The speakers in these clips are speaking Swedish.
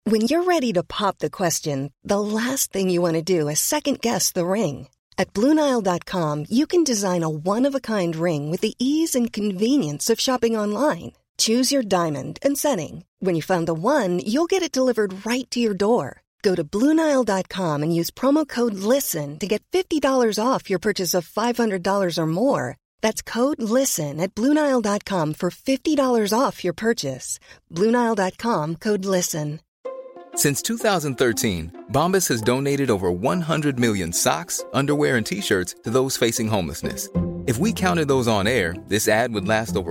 When you're ready to pop the question, the last thing you want to do is second-guess the ring. At BlueNile.com, you can design a one-of-a-kind ring with the ease and convenience of shopping online. Choose your diamond and setting. When you find the one, you'll get it delivered right to your door. Go to BlueNile.com and use promo code LISTEN to get $50 off your purchase of $500 or more. That's code LISTEN at BlueNile.com for $50 off your purchase. BlueNile.com, code LISTEN. Since 2013, Bombas has donated over 100 million socks, underwear, and T-shirts to those facing homelessness. If we counted those on air, this ad would last over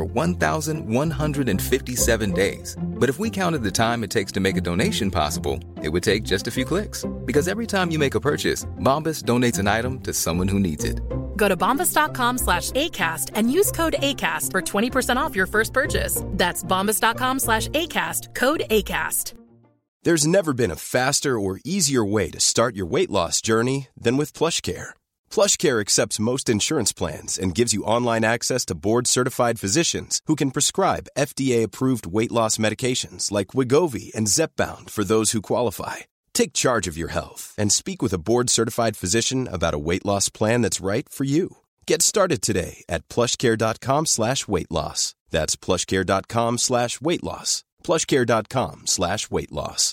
1,157 days. But if we counted the time it takes to make a donation possible, it would take just a few clicks. Because every time you make a purchase, Bombas donates an item to someone who needs it. Go to bombas.com/ACAST and use code ACAST for 20% off your first purchase. That's bombas.com/ACAST, code ACAST. There's never been a faster or easier way to start your weight loss journey than with PlushCare. PlushCare accepts most insurance plans and gives you online access to board-certified physicians who can prescribe FDA-approved weight loss medications like Wegovy and Zepbound for those who qualify. Take charge of your health and speak with a board-certified physician about a weight loss plan that's right for you. Get started today at plushcare.com/weightloss. That's plushcare.com/weightloss. plushcare.com/weightloss.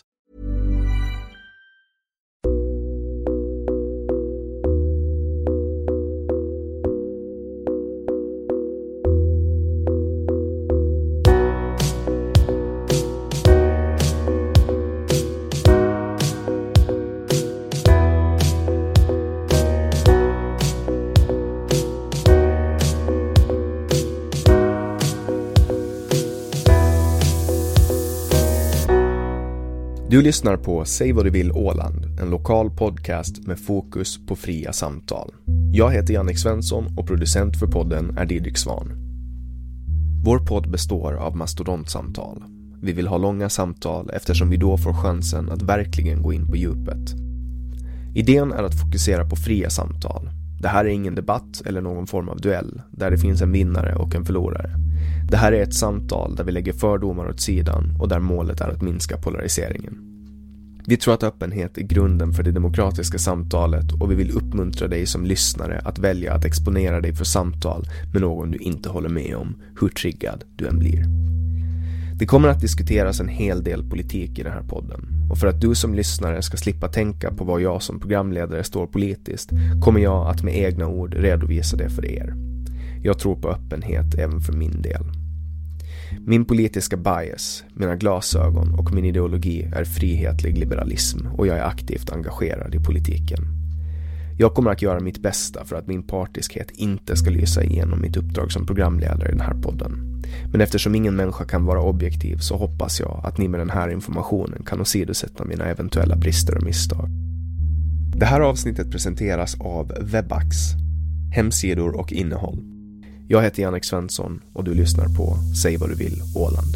Du lyssnar på Säg vad du vill Åland, en lokal podcast med fokus på fria samtal. Jag heter Jannik Svensson och producent för podden är Didrik Svan. Vår podd består av mastodontsamtal. Vi vill ha långa samtal eftersom vi då får chansen att verkligen gå in på djupet. Idén är att fokusera på fria samtal. Det här är ingen debatt eller någon form av duell där det finns en vinnare och en förlorare. Det här är ett samtal där vi lägger fördomar åt sidan och där målet är att minska polariseringen. Vi tror att öppenhet är grunden för det demokratiska samtalet och vi vill uppmuntra dig som lyssnare att välja att exponera dig för samtal med någon du inte håller med om, hur triggad du än blir. Det kommer att diskuteras en hel del politik i den här podden. Och för att du som lyssnare ska slippa tänka på vad jag som programledare står politiskt kommer jag att med egna ord redovisa det för er. Jag tror på öppenhet även för min del. Min politiska bias, mina glasögon och min ideologi är frihetlig liberalism och jag är aktivt engagerad i politiken. Jag kommer att göra mitt bästa för att min partiskhet inte ska lysa igenom mitt uppdrag som programledare i den här podden. Men eftersom ingen människa kan vara objektiv så hoppas jag att ni med den här informationen kan åsidosätta mina eventuella brister och misstag. Det här avsnittet presenteras av Webax, hemsidor och innehåll. Jag heter Jannik Svensson och du lyssnar på Säg vad du vill Åland.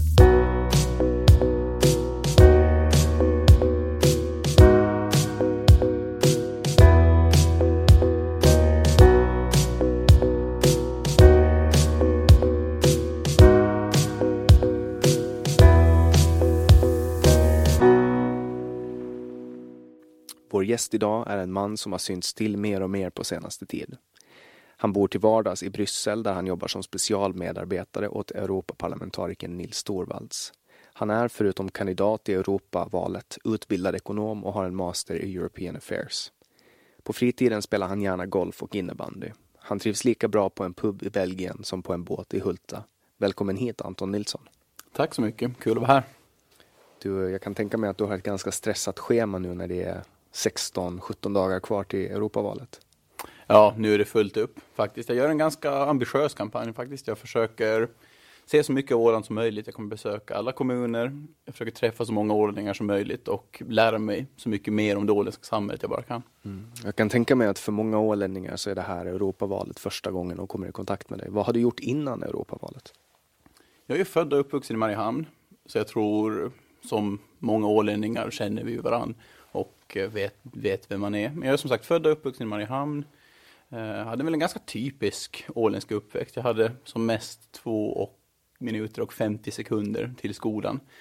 Vår gäst idag är en man som har synts till mer och mer på senaste tid. Han bor till vardags i Bryssel där han jobbar som specialmedarbetare åt Europaparlamentarikern Nils Torvalds. Han är förutom kandidat i Europavalet utbildad ekonom och har en master i European Affairs. På fritiden spelar han gärna golf och innebandy. Han trivs lika bra på en pub i Belgien som på en båt i Hulta. Välkommen hit Anton Nilsson. Tack så mycket, kul att vara här. Du, jag kan tänka mig att du har ett ganska stressat schema nu när det är 16-17 dagar kvar till Europavalet. Ja, nu är det fullt upp faktiskt. Jag gör en ganska ambitiös kampanj faktiskt. Jag försöker se så mycket av Åland som möjligt. Jag kommer besöka alla kommuner. Jag försöker träffa så många ålänningar som möjligt och lära mig så mycket mer om det åländska samhället jag bara kan. Jag kan tänka mig att för många ålänningar så är det här Europavalet första gången de kommer i kontakt med dig. Vad har du gjort innan Europavalet? Jag är född och uppvuxen i Mariehamn. Så jag tror som många ålänningar känner vi varandra och vet vem man är. Men jag är som sagt född och uppvuxen i Mariehamn. Hade väl en ganska typisk åländsk uppväxt. Jag hade som mest 2 minuter och 50 sekunder till skolan.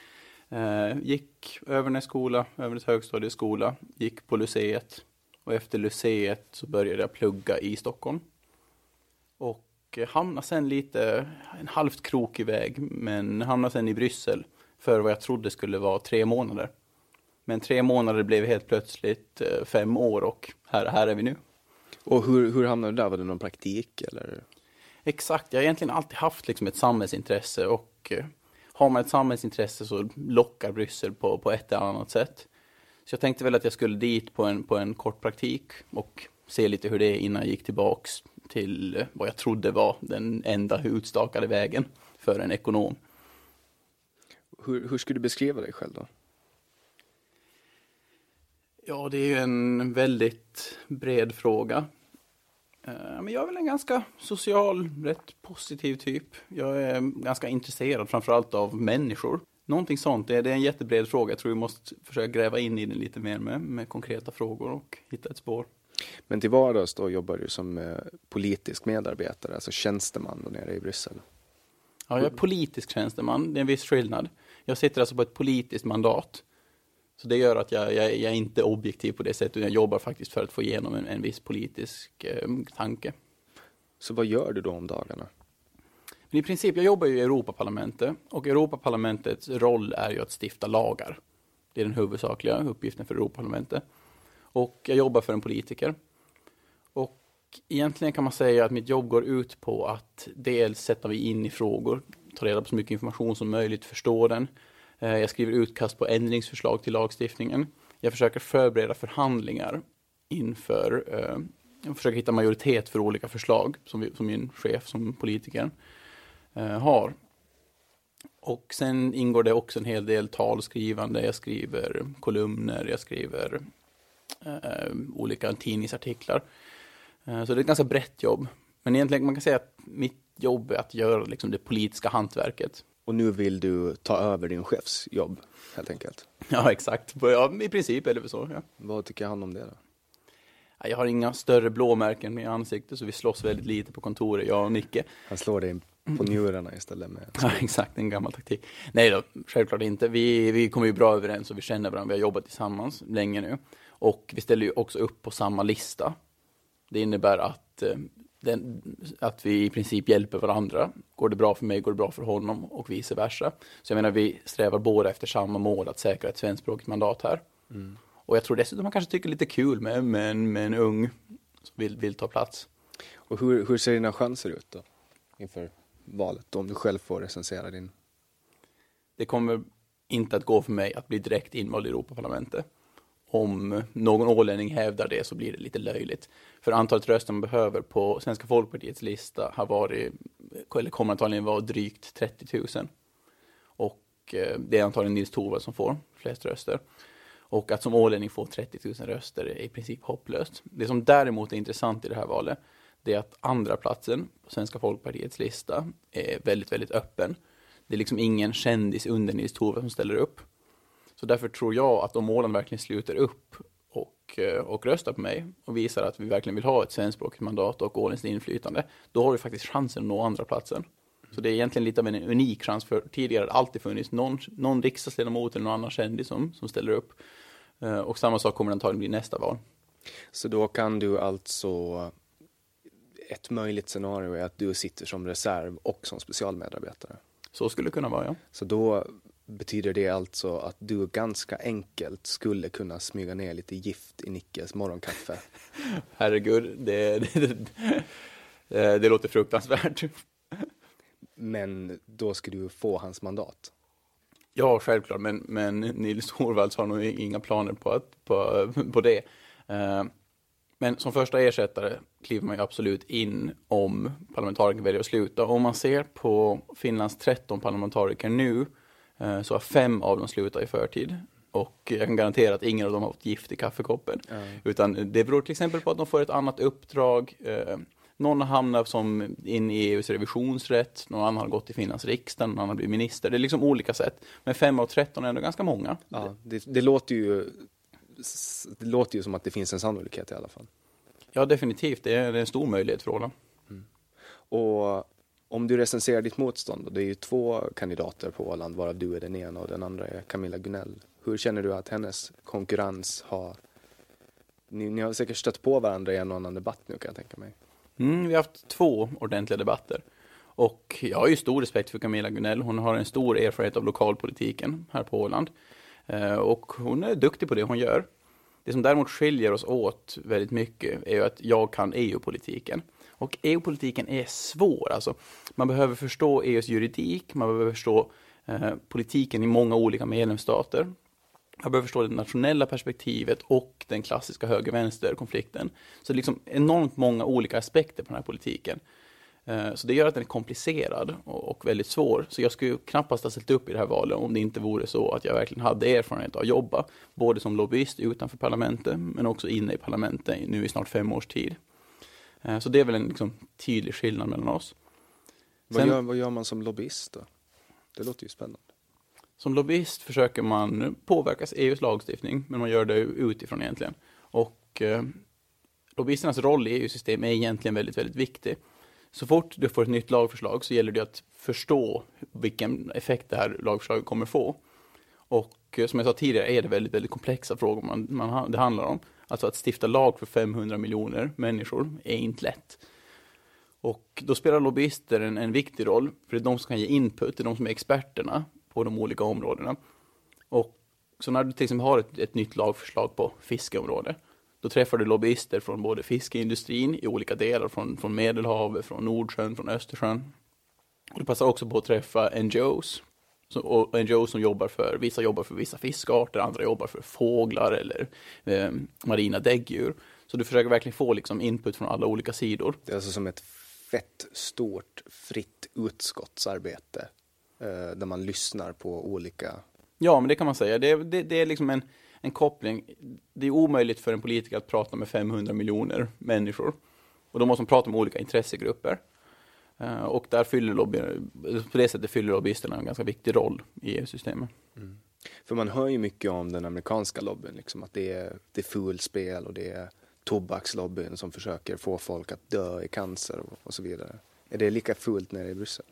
Gick Övernäs högstadieskola, gick på Lyceet och efter Lyceet så började jag plugga i Stockholm. Och hamnade sen en halvt krokig väg, men hamnade sen i Bryssel för vad jag trodde skulle vara 3 månader. Men 3 månader blev helt plötsligt 5 år och här är vi nu. Och hur hamnade du där? Var det någon praktik eller? Exakt, jag har egentligen alltid haft liksom ett samhällsintresse och har man ett samhällsintresse så lockar Bryssel på ett eller annat sätt. Så jag tänkte väl att jag skulle dit på en kort praktik och se lite hur det är innan jag gick tillbaks till vad jag trodde var den enda utstakade vägen för en ekonom. Hur skulle du beskriva dig själv då? Ja, det är ju en väldigt bred fråga. Men jag är väl en ganska social, rätt positiv typ. Jag är ganska intresserad framförallt av människor. Någonting sånt, det är en jättebred fråga. Jag tror vi måste försöka gräva in i den lite mer med konkreta frågor och hitta ett spår. Men till vardags då jobbar du som politisk medarbetare, alltså tjänsteman då nere i Bryssel? Ja, jag är politisk tjänsteman, det är en viss skillnad. Jag sitter alltså på ett politiskt mandat. Så det gör att jag är inte objektiv på det sättet. Jag jobbar faktiskt för att få igenom en viss politisk tanke. Så vad gör du då om dagarna? Men i princip, jag jobbar ju i Europaparlamentet. Och Europaparlamentets roll är ju att stifta lagar. Det är den huvudsakliga uppgiften för Europaparlamentet. Och jag jobbar för en politiker. Och egentligen kan man säga att mitt jobb går ut på att dels sätta mig in i frågor. Ta reda på så mycket information som möjligt, förstå den. Jag skriver utkast på ändringsförslag till lagstiftningen. Jag försöker förbereda förhandlingar inför, jag försöker hitta majoritet för olika förslag som min chef som politiker har. Och sen ingår det också en hel del talskrivande. Jag skriver kolumner, jag skriver olika tidningsartiklar. Så det är ett ganska brett jobb. Men egentligen man kan säga att mitt jobb är att göra liksom det politiska hantverket. Och nu vill du ta över din chefs jobb, helt enkelt? Ja, exakt. Ja, i princip är det väl så. Ja. Vad tycker han om det då? Jag har inga större blåmärken i ansiktet så vi slåss väldigt lite på kontoret, jag och Nicke. Han slår dig på njurarna istället med... Ja, exakt. En gammal taktik. Nej då, självklart inte. Vi kommer ju bra överens och vi känner varandra. Vi har jobbat tillsammans länge nu. Och vi ställer ju också upp på samma lista. Det innebär att vi i princip hjälper varandra. Går det bra för mig, går det bra för honom och vice versa. Så jag menar, vi strävar båda efter samma mål, att säkra ett svenskspråkigt mandat här. Mm. Och jag tror dessutom man kanske tycker lite kul med en ung som vill ta plats. Och hur ser dina chanser ut då inför valet, om du själv får recensera din? Det kommer inte att gå för mig att bli direkt invald i Europaparlamentet. Om någon ålänning hävdar det så blir det lite löjligt. För antalet röster man behöver på Svenska Folkpartiets lista har varit, eller kommer antagligen vara drygt 30 000. Och det är antagligen Nils Torvald som får flest röster. Och att som ålänning få 30 000 röster är i princip hopplöst. Det som däremot är intressant i det här valet, det är att andra platsen på Svenska Folkpartiets lista är väldigt, väldigt öppen. Det är liksom ingen kändis under Nils Torvald som ställer upp. Så därför tror jag att om Åland verkligen sluter upp och röstar på mig och visar att vi verkligen vill ha ett svenskspråkigt mandat och Ålands inflytande, då har vi faktiskt chansen att nå andra platsen. Så det är egentligen lite av en unik chans, för tidigare har det alltid funnits någon riksdagsledamot eller någon annan kändis som ställer upp. Och samma sak kommer antagligen bli nästa val. Så då kan du alltså, ett möjligt scenario är att du sitter som reserv och som specialmedarbetare? Så skulle det kunna vara, ja. Så då betyder det alltså att du ganska enkelt skulle kunna smyga ner lite gift i Nickes morgonkaffe? Herregud, det låter fruktansvärt. Men då ska du få hans mandat? Ja, självklart. Men Nils Torvalds har nog inga planer på det. Men som första ersättare kliver man ju absolut in om parlamentariker väljer att sluta. Om man ser på Finlands 13 parlamentariker nu så har 5 av dem slutat i förtid. Och jag kan garantera att ingen av dem har fått gift i kaffekoppen. Utan det beror till exempel på att de får ett annat uppdrag. Någon har hamnat som in i EUs revisionsrätt. Någon annan har gått till Finlands riksdag. Någon annan har blivit minister. Det är liksom olika sätt. Men 5 av 13 är ändå ganska många. Ja, det låter ju som att det finns en sannolikhet i alla fall. Ja, definitivt. Det är en stor möjlighet för Åland. Och om Om du recenserar ditt motstånd, och det är ju 2 kandidater på Åland, varav du är den ena och den andra är Camilla Gunell. Hur känner du att hennes konkurrens har... Ni har säkert stött på varandra i en och annan debatt nu, kan jag tänka mig. Vi har haft 2 ordentliga debatter. Och jag har ju stor respekt för Camilla Gunell. Hon har en stor erfarenhet av lokalpolitiken här på Åland. Och hon är duktig på det hon gör. Det som däremot skiljer oss åt väldigt mycket är ju att jag kan EU-politiken. Och EU-politiken är svår. Alltså, man behöver förstå EUs juridik, man behöver förstå politiken i många olika medlemsstater. Man behöver förstå det nationella perspektivet och den klassiska höger-vänster-konflikten. Så det är liksom enormt många olika aspekter på den här politiken. Så det gör att den är komplicerad och väldigt svår. Så jag skulle knappast ha ställt upp i det här valet om det inte vore så att jag verkligen hade erfarenhet av att jobba. Både som lobbyist utanför parlamentet men också inne i parlamentet nu i snart 5 års tid. Så det är väl en liksom tydlig skillnad mellan oss. Vad gör man som lobbyist då? Det låter ju spännande. Som lobbyist försöker man påverka EUs lagstiftning, men man gör det utifrån egentligen. Och lobbyisternas roll i EU-system är egentligen väldigt, väldigt viktig. Så fort du får ett nytt lagförslag så gäller det att förstå vilken effekt det här lagförslaget kommer få. Och som jag sa tidigare är det väldigt, väldigt komplexa frågor det handlar om. Alltså att stifta lag för 500 miljoner människor är inte lätt. Och då spelar lobbyister en viktig roll, för det är de som kan ge input, det är de som är experterna på de olika områdena. Och så när du till exempel har ett nytt lagförslag på fiskeområdet, då träffar du lobbyister från både fiskeindustrin i olika delar, från Medelhavet, från Nordsjön, från Östersjön. Och du passar också på att träffa NGOs. Och NGOs som vissa jobbar för vissa fiskarter, andra jobbar för fåglar eller marina däggdjur. Så du försöker verkligen få liksom input från alla olika sidor. Det är alltså som ett fett stort fritt utskottsarbete där man lyssnar på olika... Ja, men det kan man säga. Det är liksom en koppling. Det är omöjligt för en politiker att prata med 500 miljoner människor. Och då måste man prata med olika intressegrupper. Och på det sättet fyller lobbyisterna en ganska viktig roll i EU-systemet. Mm. För man hör ju mycket om den amerikanska lobbyn, liksom, att det är fulspel och det är tobakslobbyn som försöker få folk att dö i cancer och så vidare. Är det lika fullt nere i Bryssel?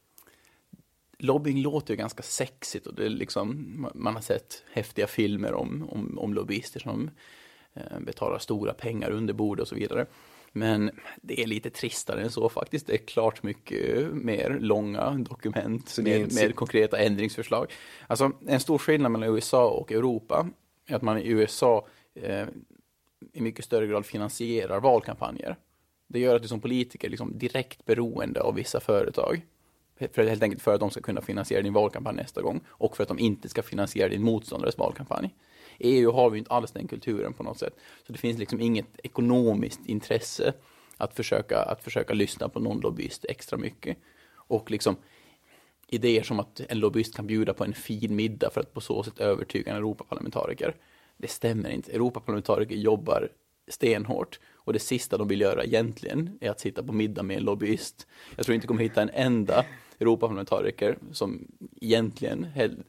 Lobbying låter ju ganska sexigt och det är liksom, man har sett häftiga filmer om lobbyister som betalar stora pengar under bord och så vidare. Men det är lite tristare än så faktiskt. Det är klart mycket mer långa dokument med konkreta ändringsförslag. Alltså en stor skillnad mellan USA och Europa är att man i USA i mycket större grad finansierar valkampanjer. Det gör att du som politiker är liksom direkt beroende av vissa företag. Helt enkelt för att de ska kunna finansiera din valkampanj nästa gång. Och för att de inte ska finansiera din motståndares valkampanj. I EU har vi inte alls den kulturen på något sätt. Så det finns liksom inget ekonomiskt intresse att försöka lyssna på någon lobbyist extra mycket. Och liksom idéer som att en lobbyist kan bjuda på en fin middag för att på så sätt övertyga en Europaparlamentariker. Det stämmer inte. Europaparlamentariker jobbar stenhårt. Och det sista de vill göra egentligen är att sitta på middag med en lobbyist. Jag tror inte kommer hitta en enda Europaparlamentariker som egentligen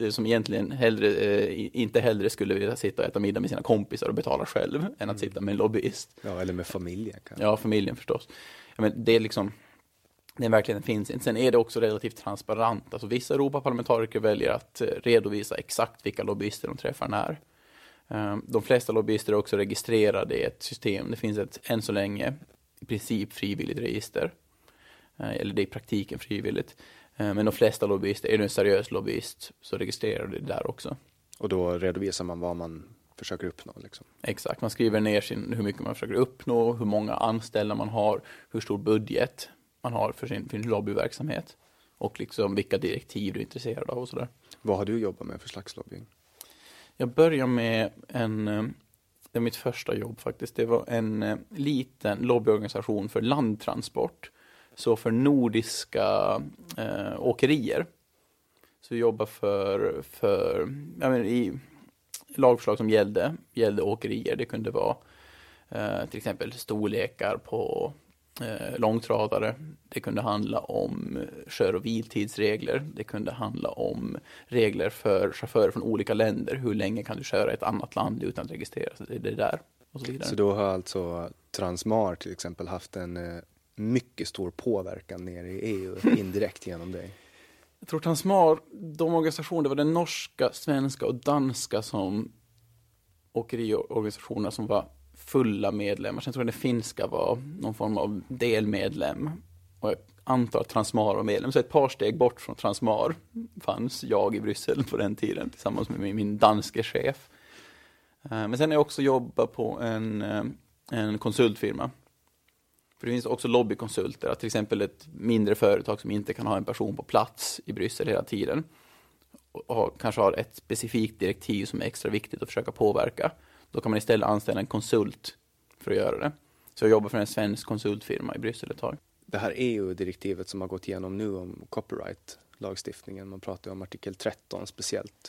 inte hellre skulle vilja sitta och äta middag med sina kompisar och betala själv än att sitta med en lobbyist. Ja, eller med familjen kanske. Ja, familjen förstås. Men det är liksom, den verkligen finns inte. Sen är det också relativt transparent. Alltså vissa Europaparlamentariker väljer att redovisa exakt vilka lobbyister de träffar när. De flesta lobbyister är också registrerade i ett system. Det finns ett än så länge i princip frivilligt register. Eller det är i praktiken frivilligt. Men de flesta lobbyister, är du en seriös lobbyist så registrerar du det där också. Och då redovisar man vad man försöker uppnå liksom. Exakt, man skriver ner hur mycket man försöker uppnå, hur många anställda man har, hur stor budget man har för sin lobbyverksamhet. Och liksom vilka direktiv du är intresserad av och sådär. Vad har du jobbat med för slags lobbying? Jag började med det är mitt första jobb faktiskt. Det var en liten lobbyorganisation för landtransport. Så för nordiska åkerier. Så vi jobbar för i lagförslag som gällde åkerier. Det kunde vara till exempel storlekar på långtradare. Det kunde handla om kör- och viltidsregler. Det kunde handla om regler för chaufförer från olika länder. Hur länge kan du köra i ett annat land utan att registrera sig? Det där och så vidare. Så då har alltså Transmar till exempel haft en mycket stor påverkan ner i EU indirekt genom dig? Jag tror Transmar, de organisationer, det var den norska, svenska och danska som åkeriorganisationer som var fulla medlemmar. Sen tror jag den finska var någon form av delmedlem. Och jag antar att Transmar var medlem. Så ett par steg bort från Transmar fanns jag i Bryssel på den tiden tillsammans med min danske chef. Men sen har jag också jobbat på en konsultfirma. För det finns också lobbykonsulter. Att till exempel ett mindre företag som inte kan ha en person på plats i Bryssel hela tiden och kanske har ett specifikt direktiv som är extra viktigt att försöka påverka. Då kan man istället anställa en konsult för att göra det. Så jag jobbar för en svensk konsultfirma i Bryssel ett tag. Det här EU-direktivet som har gått igenom nu om copyright-lagstiftningen, man pratar om artikel 13 speciellt.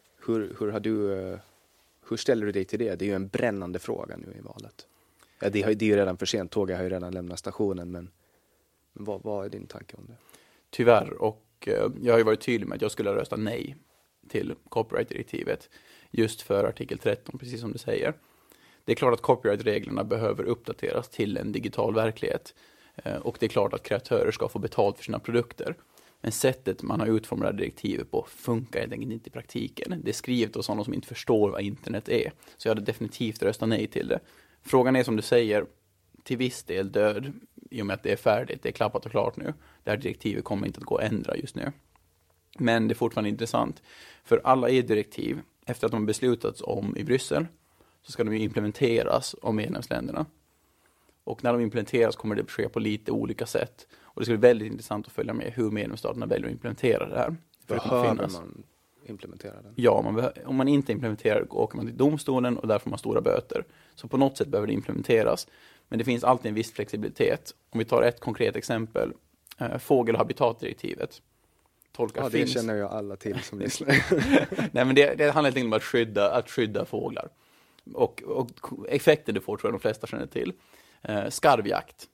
Hur ställer du dig till det? Det är ju en brännande fråga nu i valet. Ja, det är ju redan för sent, tåget har ju redan lämnat stationen, men vad är din tanke om det? Tyvärr, och jag har ju varit tydlig med att jag skulle rösta nej till copyright-direktivet just för artikel 13, precis som du säger. Det är klart att copyright-reglerna behöver uppdateras till en digital verklighet. Och det är klart att kreatörer ska få betalt för sina produkter. Men sättet man har utformat det här direktivet på funkar helt enkelt inte i praktiken. Det är skrivet av sådana som inte förstår vad internet är. Så jag hade definitivt röstat nej till det. Frågan är, som du säger, till viss del död i och med att det är färdigt. Det är klappat och klart nu. Det här direktivet kommer inte att gå att ändra just nu. Men det är fortfarande intressant. För alla EU-direktiv, efter att de har beslutats om i Bryssel, så ska de ju implementeras av medlemsländerna. Och när de implementeras kommer det ske på lite olika sätt. Och det ska bli väldigt intressant att följa med hur medlemsstaterna väljer att implementera det här. Behöver man implementera den? Ja, om man inte implementerar åker man till domstolen och där får man stora böter. Så på något sätt behöver det implementeras. Men det finns alltid en viss flexibilitet. Om vi tar ett konkret exempel. Fågel- och habitatdirektivet. Det känner jag alla till som lyssnar. Nej, men det handlar helt enkelt om att skydda fåglar. Och effekten det får tror jag de flesta känner till. Skarvjakt.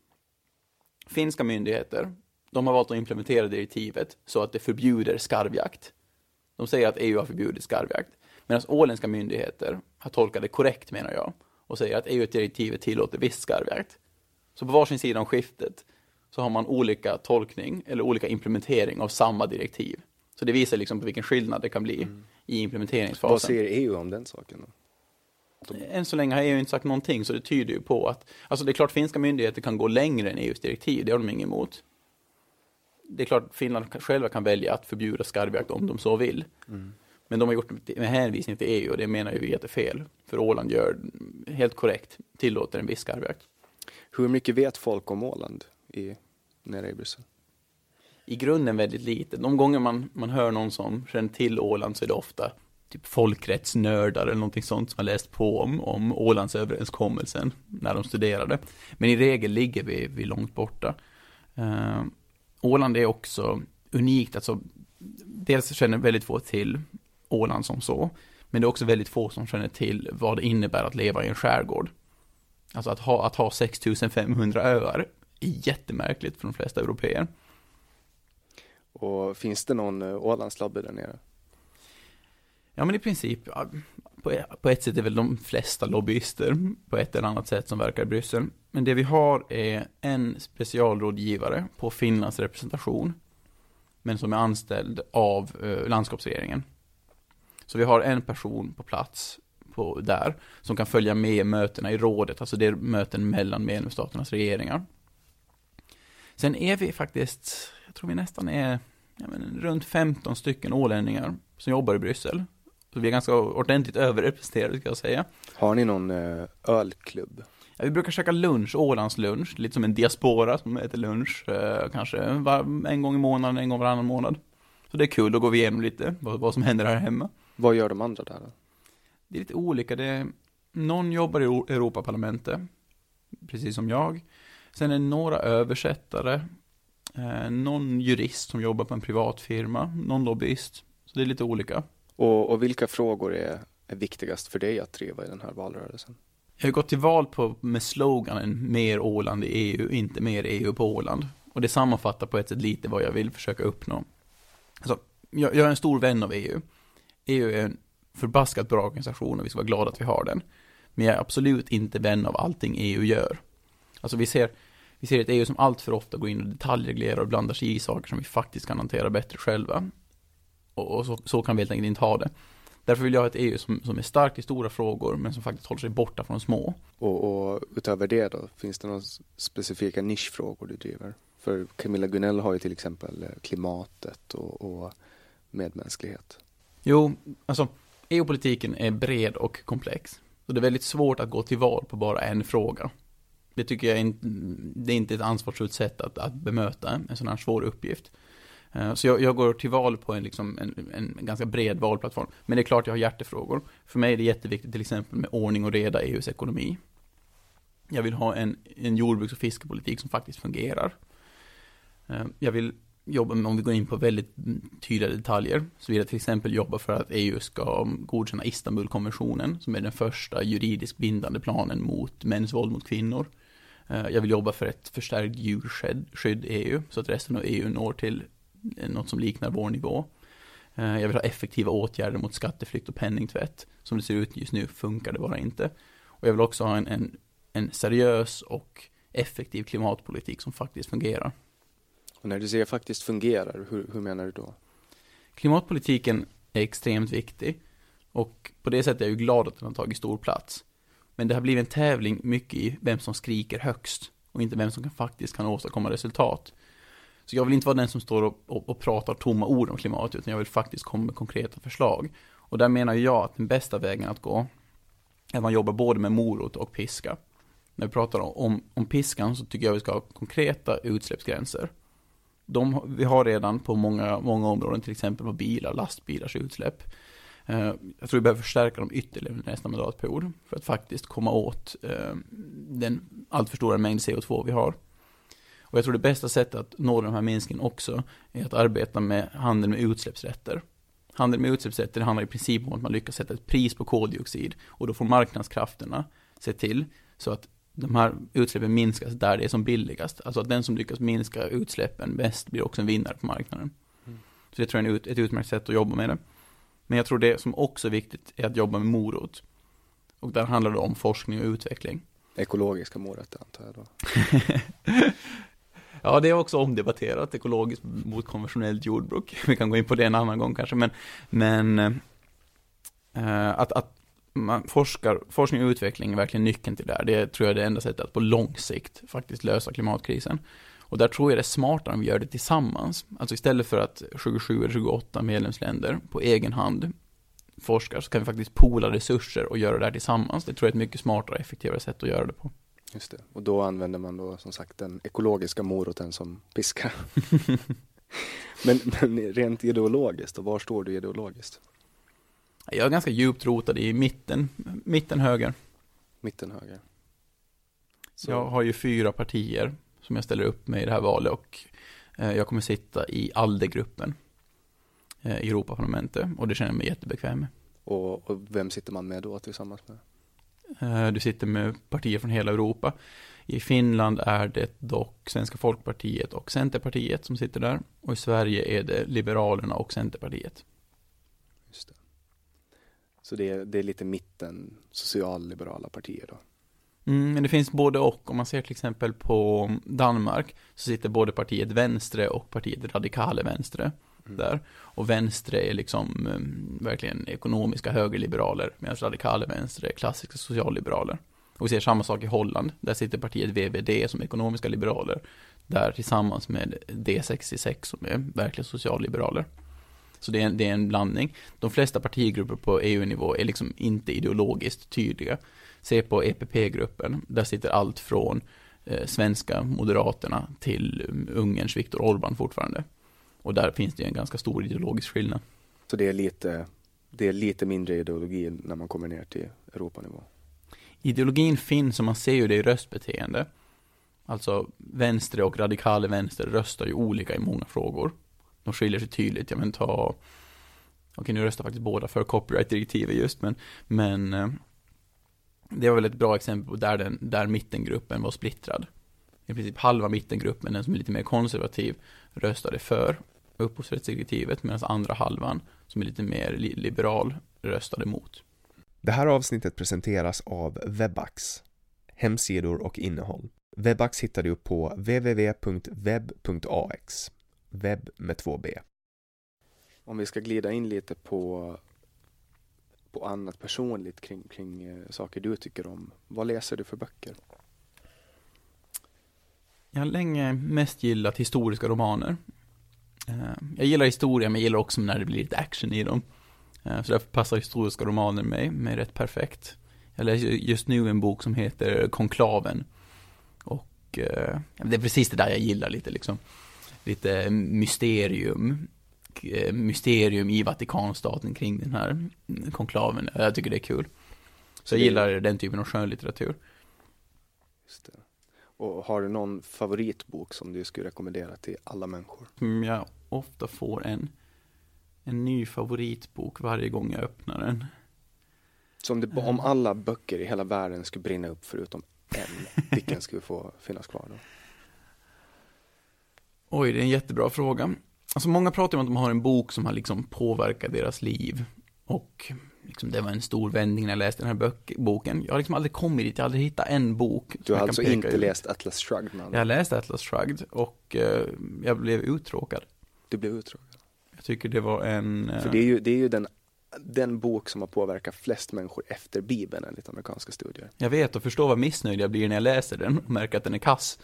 Finska myndigheter, de har valt att implementera direktivet så att det förbjuder skarvjakt. De säger att EU har förbjudit skarvjakt. Medan åländska myndigheter har tolkat det korrekt, menar jag, och säger att EU-direktivet tillåter viss skarvjakt. Så på varsin sida om skiftet så har man olika tolkning eller olika implementering av samma direktiv. Så det visar liksom på vilken skillnad det kan bli i implementeringsfasen. Vad säger EU om den saken då? Än så länge har EU inte sagt någonting, så det tyder ju på att, alltså det är klart finska myndigheter kan gå längre än EUs direktiv, det har de inget emot. Det är klart Finland själva kan välja att förbjuda skarvjakt om de så vill. Men de har gjort det med hänvisning till EU och det menar ju vi att det är fel. För Åland gör helt korrekt, tillåter en viss skarvjakt. Hur mycket vet folk om Åland nere i Bryssel? I grunden väldigt lite. De gånger man hör någon som känner till Åland så är det ofta typ folkrättsnördar eller någonting sånt som har läst på om Ålandsöverenskommelsen när de studerade. Men i regel ligger vi långt borta. Åland är också unikt. Alltså, dels känner väldigt få till Åland som så. Men det är också väldigt få som känner till vad det innebär att leva i en skärgård. Alltså att ha 6500 öar är jättemärkligt för de flesta europeer. Och finns det någon Ålandslobby där nere? Ja, men i princip på ett sätt är väl de flesta lobbyister på ett eller annat sätt som verkar i Bryssel. Men det vi har är en specialrådgivare på Finlands representation, men som är anställd av landskapsregeringen. Så vi har en person på plats där som kan följa med mötena i rådet, alltså det är möten mellan medlemsstaternas regeringar. Sen är vi faktiskt, jag tror vi nästan är runt 15 stycken ålänningar som jobbar i Bryssel. Så vi är ganska ordentligt överrepresenterade, ska jag säga. Har ni någon ölklubb? Ja, vi brukar käka lunch, Ålands lunch, lite som en diaspora som äter lunch, kanske en gång i månaden, en gång varannan månad. Så det är kul, då går vi igenom lite vad som händer här hemma. Vad gör de andra där då? Det är lite olika. Någon jobbar i Europaparlamentet, precis som jag. Sen är några översättare, någon jurist som jobbar på en privat firma, någon lobbyist. Så det är lite olika. Och vilka frågor är viktigast för dig att driva i den här valrörelsen? Jag har gått till val med sloganen mer Åland i EU, inte mer EU på Åland. Och det sammanfattar på ett sätt lite vad jag vill försöka uppnå. Alltså, jag är en stor vän av EU. EU är en förbaskat bra organisation och vi ska vara glada att vi har den. Men jag är absolut inte vän av allting EU gör. Alltså vi ser Vi ser ett EU som allt för ofta går in och detaljreglerar och blandar sig i saker som vi faktiskt kan hantera bättre själva. Och så kan vi helt enkelt inte ha det. Därför vill jag ha ett EU som är starkt i stora frågor men som faktiskt håller sig borta från de små. Och utöver det då, finns det några specifika nischfrågor du driver? För Camilla Gunell har ju till exempel klimatet och medmänsklighet. Jo, alltså EU-politiken är bred och komplex. Så det är väldigt svårt att gå till val på bara en fråga. Det tycker jag det är inte ett ansvarsfullt sätt att bemöta en sån här svår uppgift. Så jag går till val på en ganska bred valplattform. Men det är klart jag har hjärtefrågor. För mig är det jätteviktigt till exempel med ordning och reda i EUs ekonomi. Jag vill ha en jordbruks- och fiskepolitik som faktiskt fungerar. Jag vill jobba med, om vi går in på väldigt tydliga detaljer, så vill jag till exempel jobba för att EU ska godkänna Istanbulkonventionen, som är den första juridiskt bindande planen mot mäns våld mot kvinnor. Jag vill jobba för ett förstärkt djurskydd i EU, så att resten av EU når till något som liknar vår nivå. Jag vill ha effektiva åtgärder mot skatteflykt och penningtvätt. Som det ser ut just nu funkar det bara inte. Och jag vill också ha en seriös och effektiv klimatpolitik som faktiskt fungerar. Och när du säger faktiskt fungerar, hur menar du då? Klimatpolitiken är extremt viktig. Och på det sättet är jag ju glad att den har tagit stor plats. Men det har blivit en tävling mycket i vem som skriker högst. Och inte vem som faktiskt kan åstadkomma resultat. Så jag vill inte vara den som står och pratar tomma ord om klimat, utan jag vill faktiskt komma med konkreta förslag. Och där menar jag att den bästa vägen att gå är att man jobbar både med morot och piska. När vi pratar om piskan så tycker jag vi ska ha konkreta utsläppsgränser. Vi har redan på många områden, till exempel på bilar, lastbilars utsläpp. Jag tror vi behöver förstärka dem ytterligare nästa mandatperiod för att faktiskt komma åt den alltför stora mängd CO2 vi har. Och jag tror det bästa sättet att nå de här minskningen också är att arbeta med handel med utsläppsrätter. Handel med utsläppsrätter handlar i princip om att man lyckas sätta ett pris på koldioxid, och då får marknadskrafterna se till så att de här utsläppen minskas där det är som billigast. Alltså att den som lyckas minska utsläppen bäst blir också en vinnare på marknaden. Så det tror jag är ett utmärkt sätt att jobba med det. Men jag tror det som också är viktigt är att jobba med morot. Och där handlar det om forskning och utveckling. Ekologiska morötter antar jag då. Ja, det är också omdebatterat, ekologiskt mot konventionellt jordbruk. Vi kan gå in på det en annan gång kanske. Men forskning och utveckling är verkligen nyckeln till det här. Det tror jag är det enda sättet att på lång sikt faktiskt lösa klimatkrisen. Och där tror jag det är smartare om vi gör det tillsammans. Alltså istället för att 27 eller 28 medlemsländer på egen hand forskar, så kan vi faktiskt poola resurser och göra det här tillsammans. Det tror jag är ett mycket smartare och effektivare sätt att göra det på. Just det. Och då använder man då som sagt den ekologiska moroten som piska. men rent ideologiskt, och var står du ideologiskt? Jag är ganska djupt rotad i mitten höger. Mitten höger. Så jag har ju 4 partier som jag ställer upp med i det här valet, och jag kommer sitta i ALDE-gruppen i Europaparlamentet, och det känner jag mig jättebekväm med. Och vem sitter man med då tillsammans med? Du sitter med partier från hela Europa. I Finland är det dock Svenska Folkpartiet och Centerpartiet som sitter där. Och i Sverige är det Liberalerna och Centerpartiet. Just det. Så det är lite mitten, socialliberala partier då? Men det finns både och. Om man ser till exempel på Danmark så sitter både partiet Venstre och partiet Radikale Venstre där. Och Venstre är liksom verkligen ekonomiska högerliberaler, medan Radikale Venstre är klassiska socialliberaler. Och vi ser samma sak i Holland. Där sitter partiet VVD som ekonomiska liberaler. Där tillsammans med D66 som är verkligen socialliberaler. Så det är en blandning. De flesta partigrupper på EU-nivå är liksom inte ideologiskt tydliga. Se på EPP-gruppen. Där sitter allt från svenska Moderaterna till Ungerns Viktor Orbán fortfarande. Och där finns det en ganska stor ideologisk skillnad. Så det är lite mindre ideologi när man kommer ner till Europanivå? Ideologin finns, och man ser ju det i röstbeteende. Alltså vänster och radikala vänster röstar ju olika i många frågor. De skiljer sig tydligt. Okej, nu röstar faktiskt båda för copyright-direktivet just, men det var väl ett bra exempel på där mittengruppen var splittrad. I princip halva mittengruppen, den som är lite mer konservativ, röstade för upphovsrättsdirektivet, medan andra halvan, som är lite mer liberal, röstade mot. Det här avsnittet presenteras av Webax, hemsidor och innehåll. Webax hittar du på www.web.ax. Webb med 2b. Om vi ska glida in lite på annat personligt kring saker du tycker om. Vad läser du för böcker? Jag har länge mest gillat historiska romaner. Jag gillar historia, men jag gillar också när det blir lite action i dem. Så därför passar historiska romaner mig rätt perfekt. Jag läser just nu en bok som heter Konklaven. Och det är precis det där jag gillar lite liksom. Lite mysterium i Vatikanstaten kring den här konklaven. Jag tycker det är kul. Så jag gillar den typen av skönlitteratur. Just det. Och har du någon favoritbok som du skulle rekommendera till alla människor? Jag ofta får en ny favoritbok varje gång jag öppnar den. Så om alla böcker i hela världen skulle brinna upp förutom en, vilken skulle få finnas kvar då? Oj, det är en jättebra fråga. Alltså många pratar om att de har en bok som har liksom påverkat deras liv. Och liksom det var en stor vändning när jag läste den här boken. Jag har liksom aldrig kommit dit, jag har aldrig hittat en bok. Du har alltså inte läst Atlas Shrugged? Jag har läst Atlas Shrugged och jag blev uttråkad. Du blev uttråkad? Jag tycker det var För det är ju den bok som har påverkat flest människor efter Bibeln enligt amerikanska studier. Jag vet och förstår vad missnöjd jag blir när jag läser den och märker att den är kass.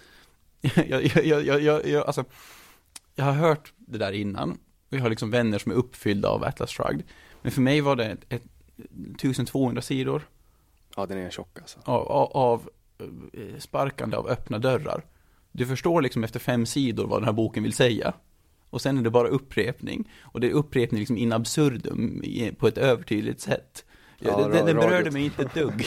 Jag har hört det där innan. Vi har liksom vänner som är uppfyllda av Atlas Shrugged. Men för mig var det 1200 sidor. Ja, den är tjock alltså. Av sparkande av öppna dörrar. Du förstår liksom efter 5 sidor vad den här boken vill säga. Och sen är det bara upprepning. Och det är upprepning liksom in absurdum på ett övertydligt sätt. Ja, den berörde mig inte ett dugg.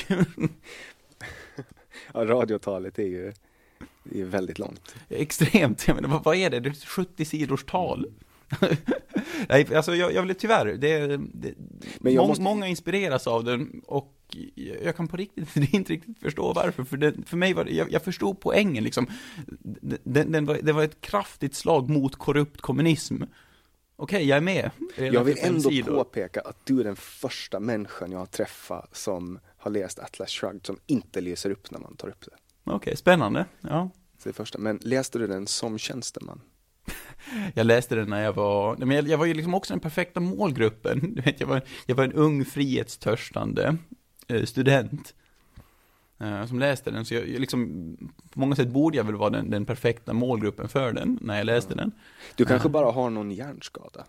Ja, radiotalet är ju väldigt långt. Extremt. Jag menar, vad är det? Det är 70 sidors tal. Nej, alltså jag vill tyvärr. Men många inspireras av den och jag kan på riktigt inte riktigt förstå varför. För mig var det, jag förstod poängen liksom. Det var ett kraftigt slag mot korrupt kommunism. Okej, jag är med. Jag vill ändå påpeka att du är den första människan jag har träffat som har läst Atlas Shrugged som inte läser upp när man tar upp det. Okej, spännande. Ja. Det är första. Men läste du den som tjänsteman? Jag läste den när jag var ju liksom också den perfekta målgruppen. Du vet, jag var en ung frihetstörstande student som läste den. Så jag liksom, på många sätt borde jag väl vara den perfekta målgruppen för den när jag läste den. Du kanske bara har någon hjärnskada.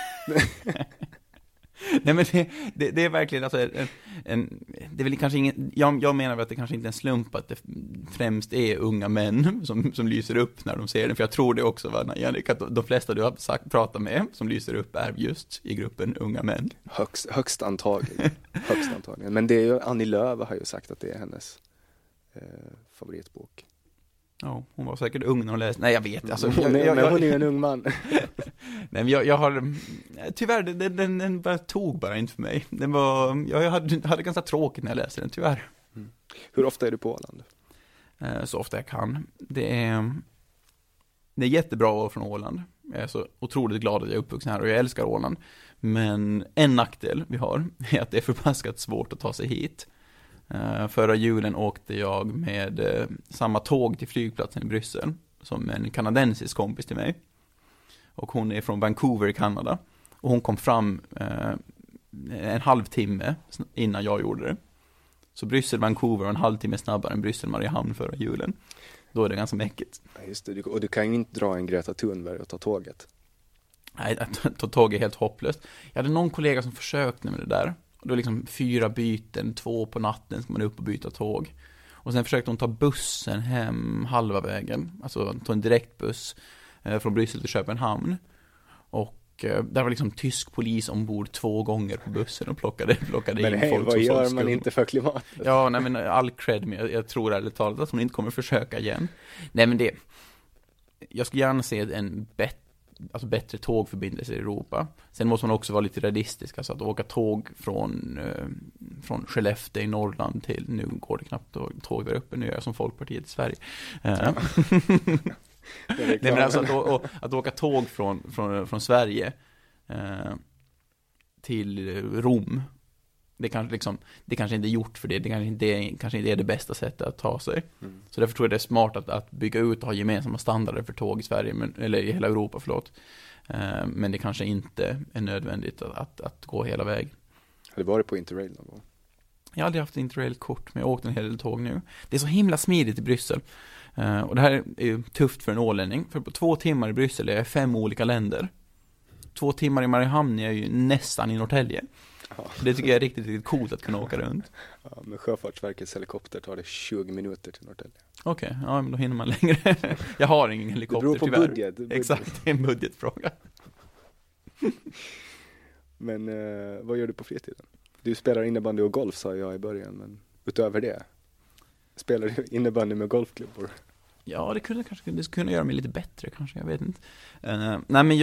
Nej, men det är verkligen alltså det är väl kanske ingen, jag menar att det kanske inte är en slump att det främst är unga män som lyser upp när de ser den, för jag tror det också va, Jannik, att de flesta du har pratat med som lyser upp är just i gruppen unga män. Högst antagligen. Men det är ju, Annie Lööf har ju sagt att det är hennes favoritbok. Ja, hon var säkert ung när hon läste. Nej, jag vet. Alltså, hon är en ung man. Nej, men jag har... Tyvärr, den bara tog bara inte för mig. Jag hade ganska tråkigt när jag läste den, tyvärr. Mm. Hur ofta är du på Åland? Så ofta jag kan. Det är jättebra att vara från Åland. Jag är så otroligt glad att jag är uppvuxen här och jag älskar Åland. Men en nackdel vi har är att det är förbaskat svårt att ta sig hit. Förra julen åkte jag med samma tåg till flygplatsen i Bryssel som en kanadensisk kompis till mig. Och hon är från Vancouver i Kanada. Och hon kom fram en halvtimme innan jag gjorde det. Så Bryssel-Vancouver var en halvtimme snabbare än Bryssel-Mariehamn förra julen. Då är det ganska mäckigt. Ja, just det. Och du kan ju inte dra en Greta Thunberg och ta tåget. Nej, att ta tåg är helt hopplöst. Jag hade någon kollega som försökte med det där. Då är liksom 4 byten, 2 på natten ska man upp och byta tåg. Och sen försökte hon ta bussen hem halva vägen. Alltså ta en direktbuss från Bryssel till Köpenhamn. Och där var liksom tysk polis ombord 2 gånger på bussen och plockade in folk. Men hej, vad gör man inte för klimatet? Ja, nej men all cred, men jag tror ärligt talat att hon inte kommer försöka igen. Nej men jag skulle gärna se en bättre tågförbindelser i Europa. Sen måste man också vara lite realistisk. Alltså att åka tåg från Skellefteå i Norrland till, nu går det knappt tåg där uppe, nu är jag som Folkpartiet i Sverige. Nej, men alltså att åka tåg från Sverige till Rom det kanske inte är gjort för det kanske inte är det bästa sättet att ta sig. Så därför tror jag det är smart att bygga ut och ha gemensamma standarder för tåg i Sverige, eller i hela Europa, men det kanske inte är nödvändigt att gå hela vägen. Har du varit på Interrail någon gång? Jag har aldrig haft Interrail-kort, men jag har åkt en hel del tåg nu. Det är så himla smidigt i Bryssel. Och det här är ju tufft för en ålänning. För på 2 timmar i Bryssel är jag 5 olika länder. 2 timmar i Mariehamn är jag ju nästan i Norrtälje. Ja. Det tycker jag är riktigt, riktigt coolt att kunna åka runt. Ja, med Sjöfartsverkets helikopter tar det 20 minuter till Norrtälje. Okej, ja, men då hinner man längre. Jag har ingen helikopter, det beror på budget. Exakt, det är en budgetfråga. Men vad gör du på fritiden? Du spelar innebandy och golf, sa jag i början, men utöver det, spelar du innebandy med golfklubbor? Ja, det skulle göra mig lite bättre kanske, jag vet inte. Nej, men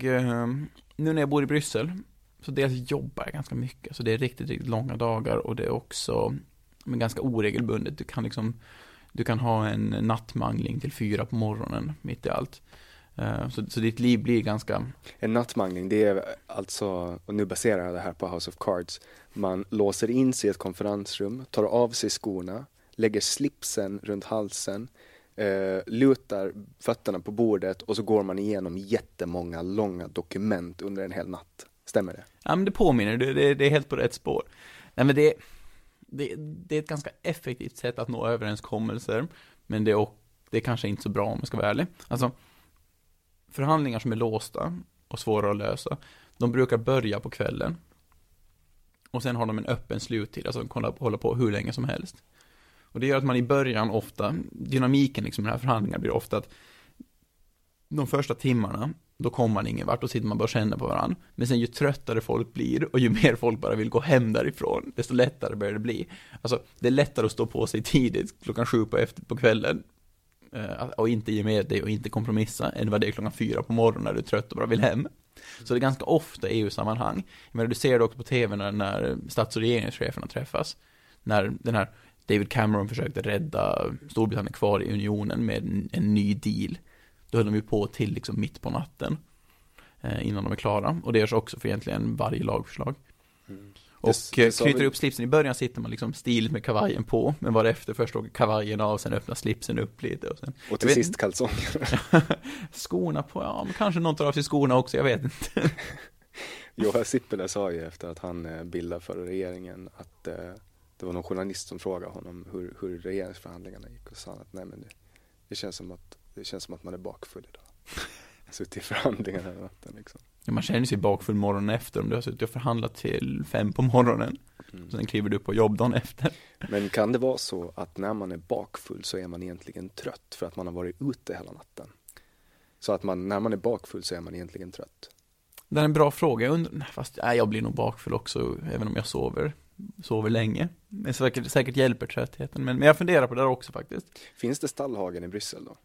nu när jag bor i Bryssel, så dels jobbar jag ganska mycket. Så det är riktigt, riktigt långa dagar, och det är också ganska oregelbundet. Du kan ha en nattmangling till 4 på morgonen mitt i allt. Så ditt liv blir ganska... En nattmangling, det är alltså, och nu baserar jag det här på House of Cards, man låser in sig i ett konferensrum, tar av sig skorna, lägger slipsen runt halsen, lutar fötterna på bordet, och så går man igenom jättemånga långa dokument under en hel natt. Stämmer det? Ja, men det påminner, det är helt på rätt spår. Nej, men det är ett ganska effektivt sätt att nå överenskommelser, men det är kanske inte så bra om man ska vara ärlig. Alltså, förhandlingar som är låsta och svåra att lösa, de brukar börja på kvällen, och sen har de en öppen sluttid, alltså de kan hålla på hur länge som helst. Och det gör att man i början ofta, dynamiken liksom i den här förhandlingar blir ofta att de första timmarna, då kommer man ingen vart, och sitter man bara och känner på varandra. Men sen ju tröttare folk blir, och ju mer folk bara vill gå hem därifrån, desto lättare börjar det bli. Alltså, det är lättare att stå på sig tidigt, 7 på kvällen, och inte ge med dig och inte kompromissa, än vad det är 4 på morgonen när du är trött och bara vill hem. Så det är ganska ofta EU-sammanhang. Men du ser det också på tv när stats- och regeringscheferna träffas. När den här David Cameron försökte rädda Storbritannien kvar i unionen med en ny deal. Då höll de ju på till liksom mitt på natten innan de är klara. Och det görs också för egentligen varje lagförslag. Och knyter upp slipsen. I början sitter man liksom stiligt med kavajen på, men varefter först åker kavajen av, sen öppnar slipsen upp lite. Och till sist kalsonger. Skorna på, ja, men kanske någon tar av sig skorna också, jag vet inte. Johan Sippele sa ju efter att han bildade för regeringen att det var någon journalist som frågade honom hur regeringsförhandlingarna gick, och sa att nej, men det känns som att man är bakfull idag. Suttit i förhandlingarna hela natten liksom. Ja, man känner sig bakfull morgonen efter om du har suttit och förhandlat till 5 på morgonen. Sen kliver du på jobb dagen efter. Men kan det vara så att när man är bakfull så är man egentligen trött för att man har varit ute hela natten? Så att när man är bakfull så är man egentligen trött? Det är en bra fråga. Jag blir nog bakfull också, även om jag sover länge. Men säkert hjälper tröttheten. Men jag funderar på det också faktiskt. Finns det Stallhagen i Bryssel då?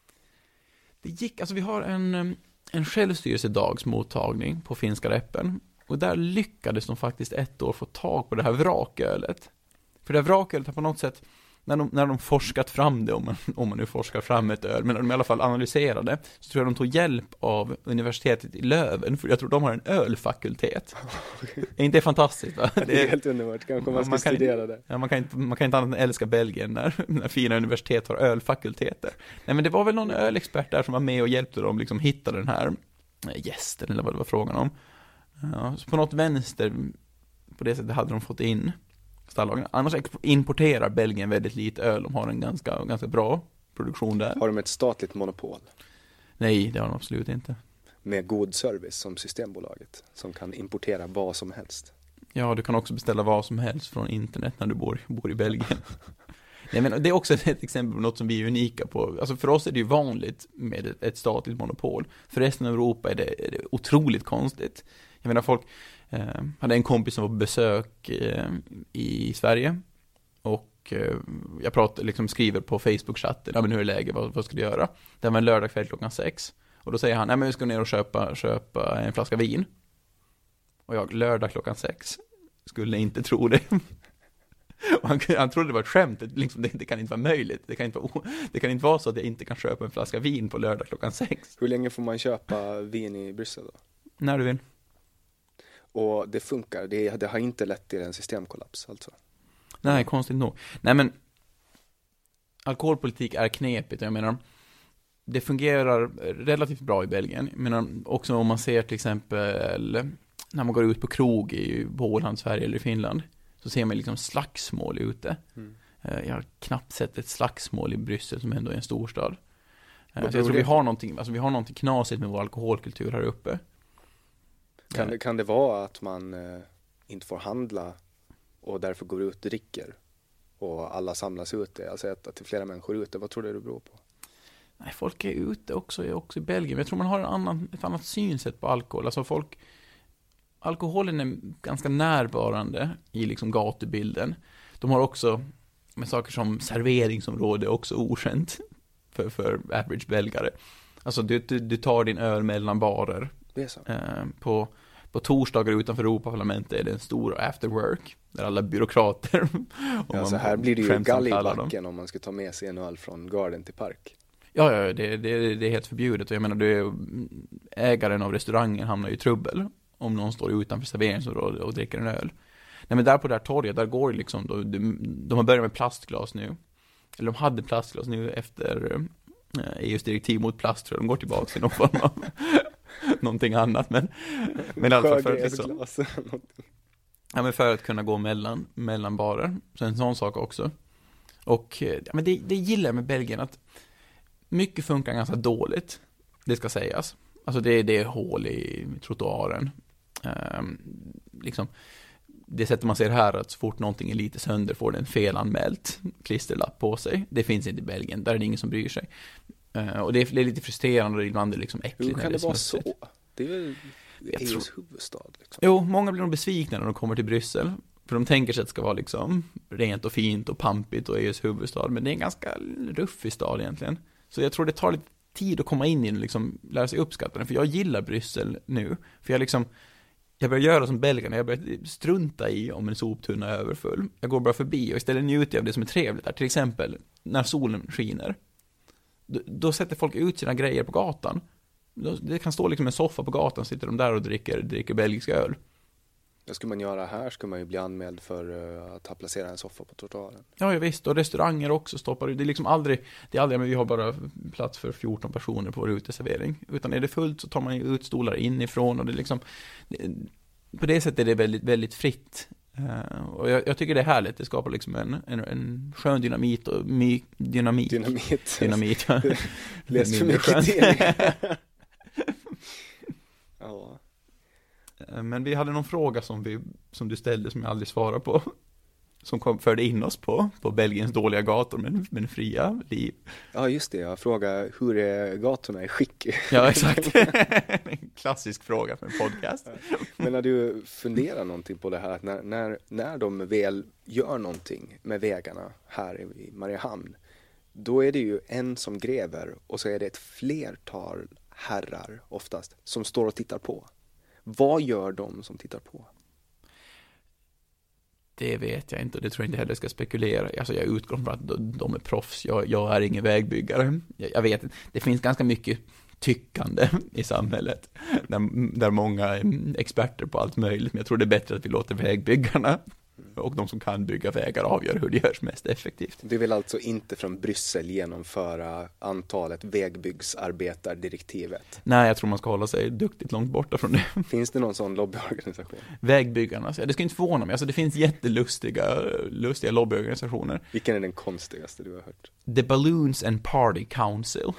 Vi har en självstyrelsedagsmottagning på Finska Reppen. Och där lyckades de faktiskt ett år få tag på det här vrakölet. För det här vrakölet har på något sätt, när de forskat fram det, om man nu forskar fram ett öl, men när de i alla fall analyserade, så tror jag de tog hjälp av universitetet i Löven, för jag tror de har en ölfakultet. Är inte det fantastiskt, va? Det är helt underbart, kanske man ska studera det. Ja, man kan inte annat än älska Belgien när fina universitet har ölfakulteter. Nej, men det var väl någon ölexpert där som var med och hjälpte dem liksom hitta den här gästen, eller vad det var frågan om. Ja, så på något vänster, på det sättet hade de fått in Stallhagen. Annars importerar Belgien väldigt lite öl. De har en ganska bra produktion där. Har de ett statligt monopol? Nej, det har de absolut inte. Med god service som Systembolaget, som kan importera vad som helst. Ja, du kan också beställa vad som helst från internet när du bor i Belgien. Nej, men det är också ett exempel på något som vi är unika på. Alltså för oss är det ju vanligt med ett statligt monopol. För resten av Europa är det otroligt konstigt. Jag menar, folk hade en kompis som var på besök i Sverige, och jag skriver på Facebook-chatten, men hur är läget, vad ska du göra? Det var en lördag kväll 6:00, och då säger han, nej, men vi ska ner och köpa en flaska vin. Och jag, lördag 6:00, skulle inte tro det. Han trodde det var ett skämt, det kan inte vara möjligt. Det kan inte vara så att jag inte kan köpa en flaska vin på lördag 6:00. Hur länge får man köpa vin i Bryssel då? När du vill. Och det funkar. Det har inte lett till en systemkollaps alltså. Nej, konstigt nog. Nej, men alkoholpolitik är knepigt. Jag menar, det fungerar relativt bra i Belgien. Jag menar, också om man ser till exempel när man går ut på krog i Åland, Sverige eller i Finland, så ser man liksom slagsmål ute. Jag har knappt sett ett slagsmål i Bryssel som ändå är en storstad. Så jag tror vi har någonting knasigt med vår alkoholkultur här uppe. Kan det vara att man inte får handla och därför går ut och dricker och alla samlas ute? Alltså att det är flera människor ute. Vad tror du det beror på? Nej, folk är ute också i Belgien. Jag tror man har ett annat synsätt på alkohol. Alltså alkoholen är ganska närvarande i liksom gatubilden. De har också med saker som serveringsområde också okänt för average belgare. Alltså du tar din öl mellan barer. Det är så. På torsdagar utanför Europaparlamentet är det en stor afterwork där alla byråkrater så här blir det ju gall i backen om man ska ta med sig en öl från garden till park. Ja, det är helt förbjudet. Och jag menar, ägaren av restaurangen hamnar i trubbel om någon står utanför serveringsområdet och dricker en öl. Nej, men där på det här torget, där går det liksom, de har börjat med plastglas nu. Eller de hade plastglas nu efter EUs direktiv mot plast, tror jag. De går tillbaka till någon form av någonting annat. Men i alla fall för att kunna gå mellan barer. Så en sån sak också. Och men det gillar jag med Belgien, att mycket funkar ganska dåligt, det ska sägas. Alltså det är hål i trottoaren. Liksom, det sättet man ser här, att så fort någonting är lite sönder får den felanmält klisterlapp på sig. Det finns inte i Belgien, där är det ingen som bryr sig. Och det är lite frustrerande och ibland är det liksom äckligt. Hur kan det vara så? Det är väl EUs huvudstad liksom. Jo, många blir nog besvikna när de kommer till Bryssel. För de tänker sig att det ska vara liksom rent och fint och pampigt och EUs huvudstad. Men det är en ganska ruffig stad egentligen. Så jag tror det tar lite tid att komma in i den och liksom lära sig uppskatta den. För jag gillar Bryssel nu. För jag börjar göra som belgarna. Jag börjar strunta i om en soptunna är överfull. Jag går bara förbi och istället njuter av det som är trevligt där. Till exempel när solen skiner. Då sätter folk ut sina grejer på gatan. Det kan stå liksom en soffa på gatan. Sitter de där och dricker belgisk öl. Det skulle man göra här, skulle man ju bli anmäld för att ha placerat en soffa på trottoaren. Ja, visst. Och restauranger också stoppar. Det är liksom aldrig, men vi har bara plats för 14 personer på vår uteservering. Utan är det fullt så tar man ju ut stolar inifrån och det är liksom, på det sättet är det väldigt, väldigt fritt. Och jag tycker det är härligt. Det skapar liksom en skön dynamit och dynamit. Ja. Läs för mycket till. Ja. Men vi hade någon fråga som du ställde som jag aldrig svarade på. Som förde in oss på Belgiens dåliga gator men fria liv. Ja, just det. Jag frågade hur är gatorna i skick? Ja, exakt. En klassisk fråga för en podcast. Men när du funderar någonting på det här, att när de väl gör någonting med vägarna här i Mariehamn, då är det ju en som gräver och så är det ett flertal herrar oftast som står och tittar på. Vad gör de som tittar på? Det vet jag inte och det tror jag inte heller ska spekulera. Alltså jag utgår från att de är proffs. Jag är ingen vägbyggare. Jag vet inte. Det finns ganska mycket tyckande i samhället. Där många är experter på allt möjligt. Men jag tror det är bättre att vi låter vägbyggarna och de som kan bygga vägar avgör hur det görs mest effektivt. Du vill alltså inte från Bryssel genomföra antalet vägbyggsarbetardirektivet? Nej, jag tror man ska hålla sig duktigt långt borta från det. Finns det någon sån lobbyorganisation? Vägbyggarna, det ska inte förvåna mig. Alltså det finns jättelustiga lobbyorganisationer. Vilken är den konstigaste du har hört? The Balloons and Party Council.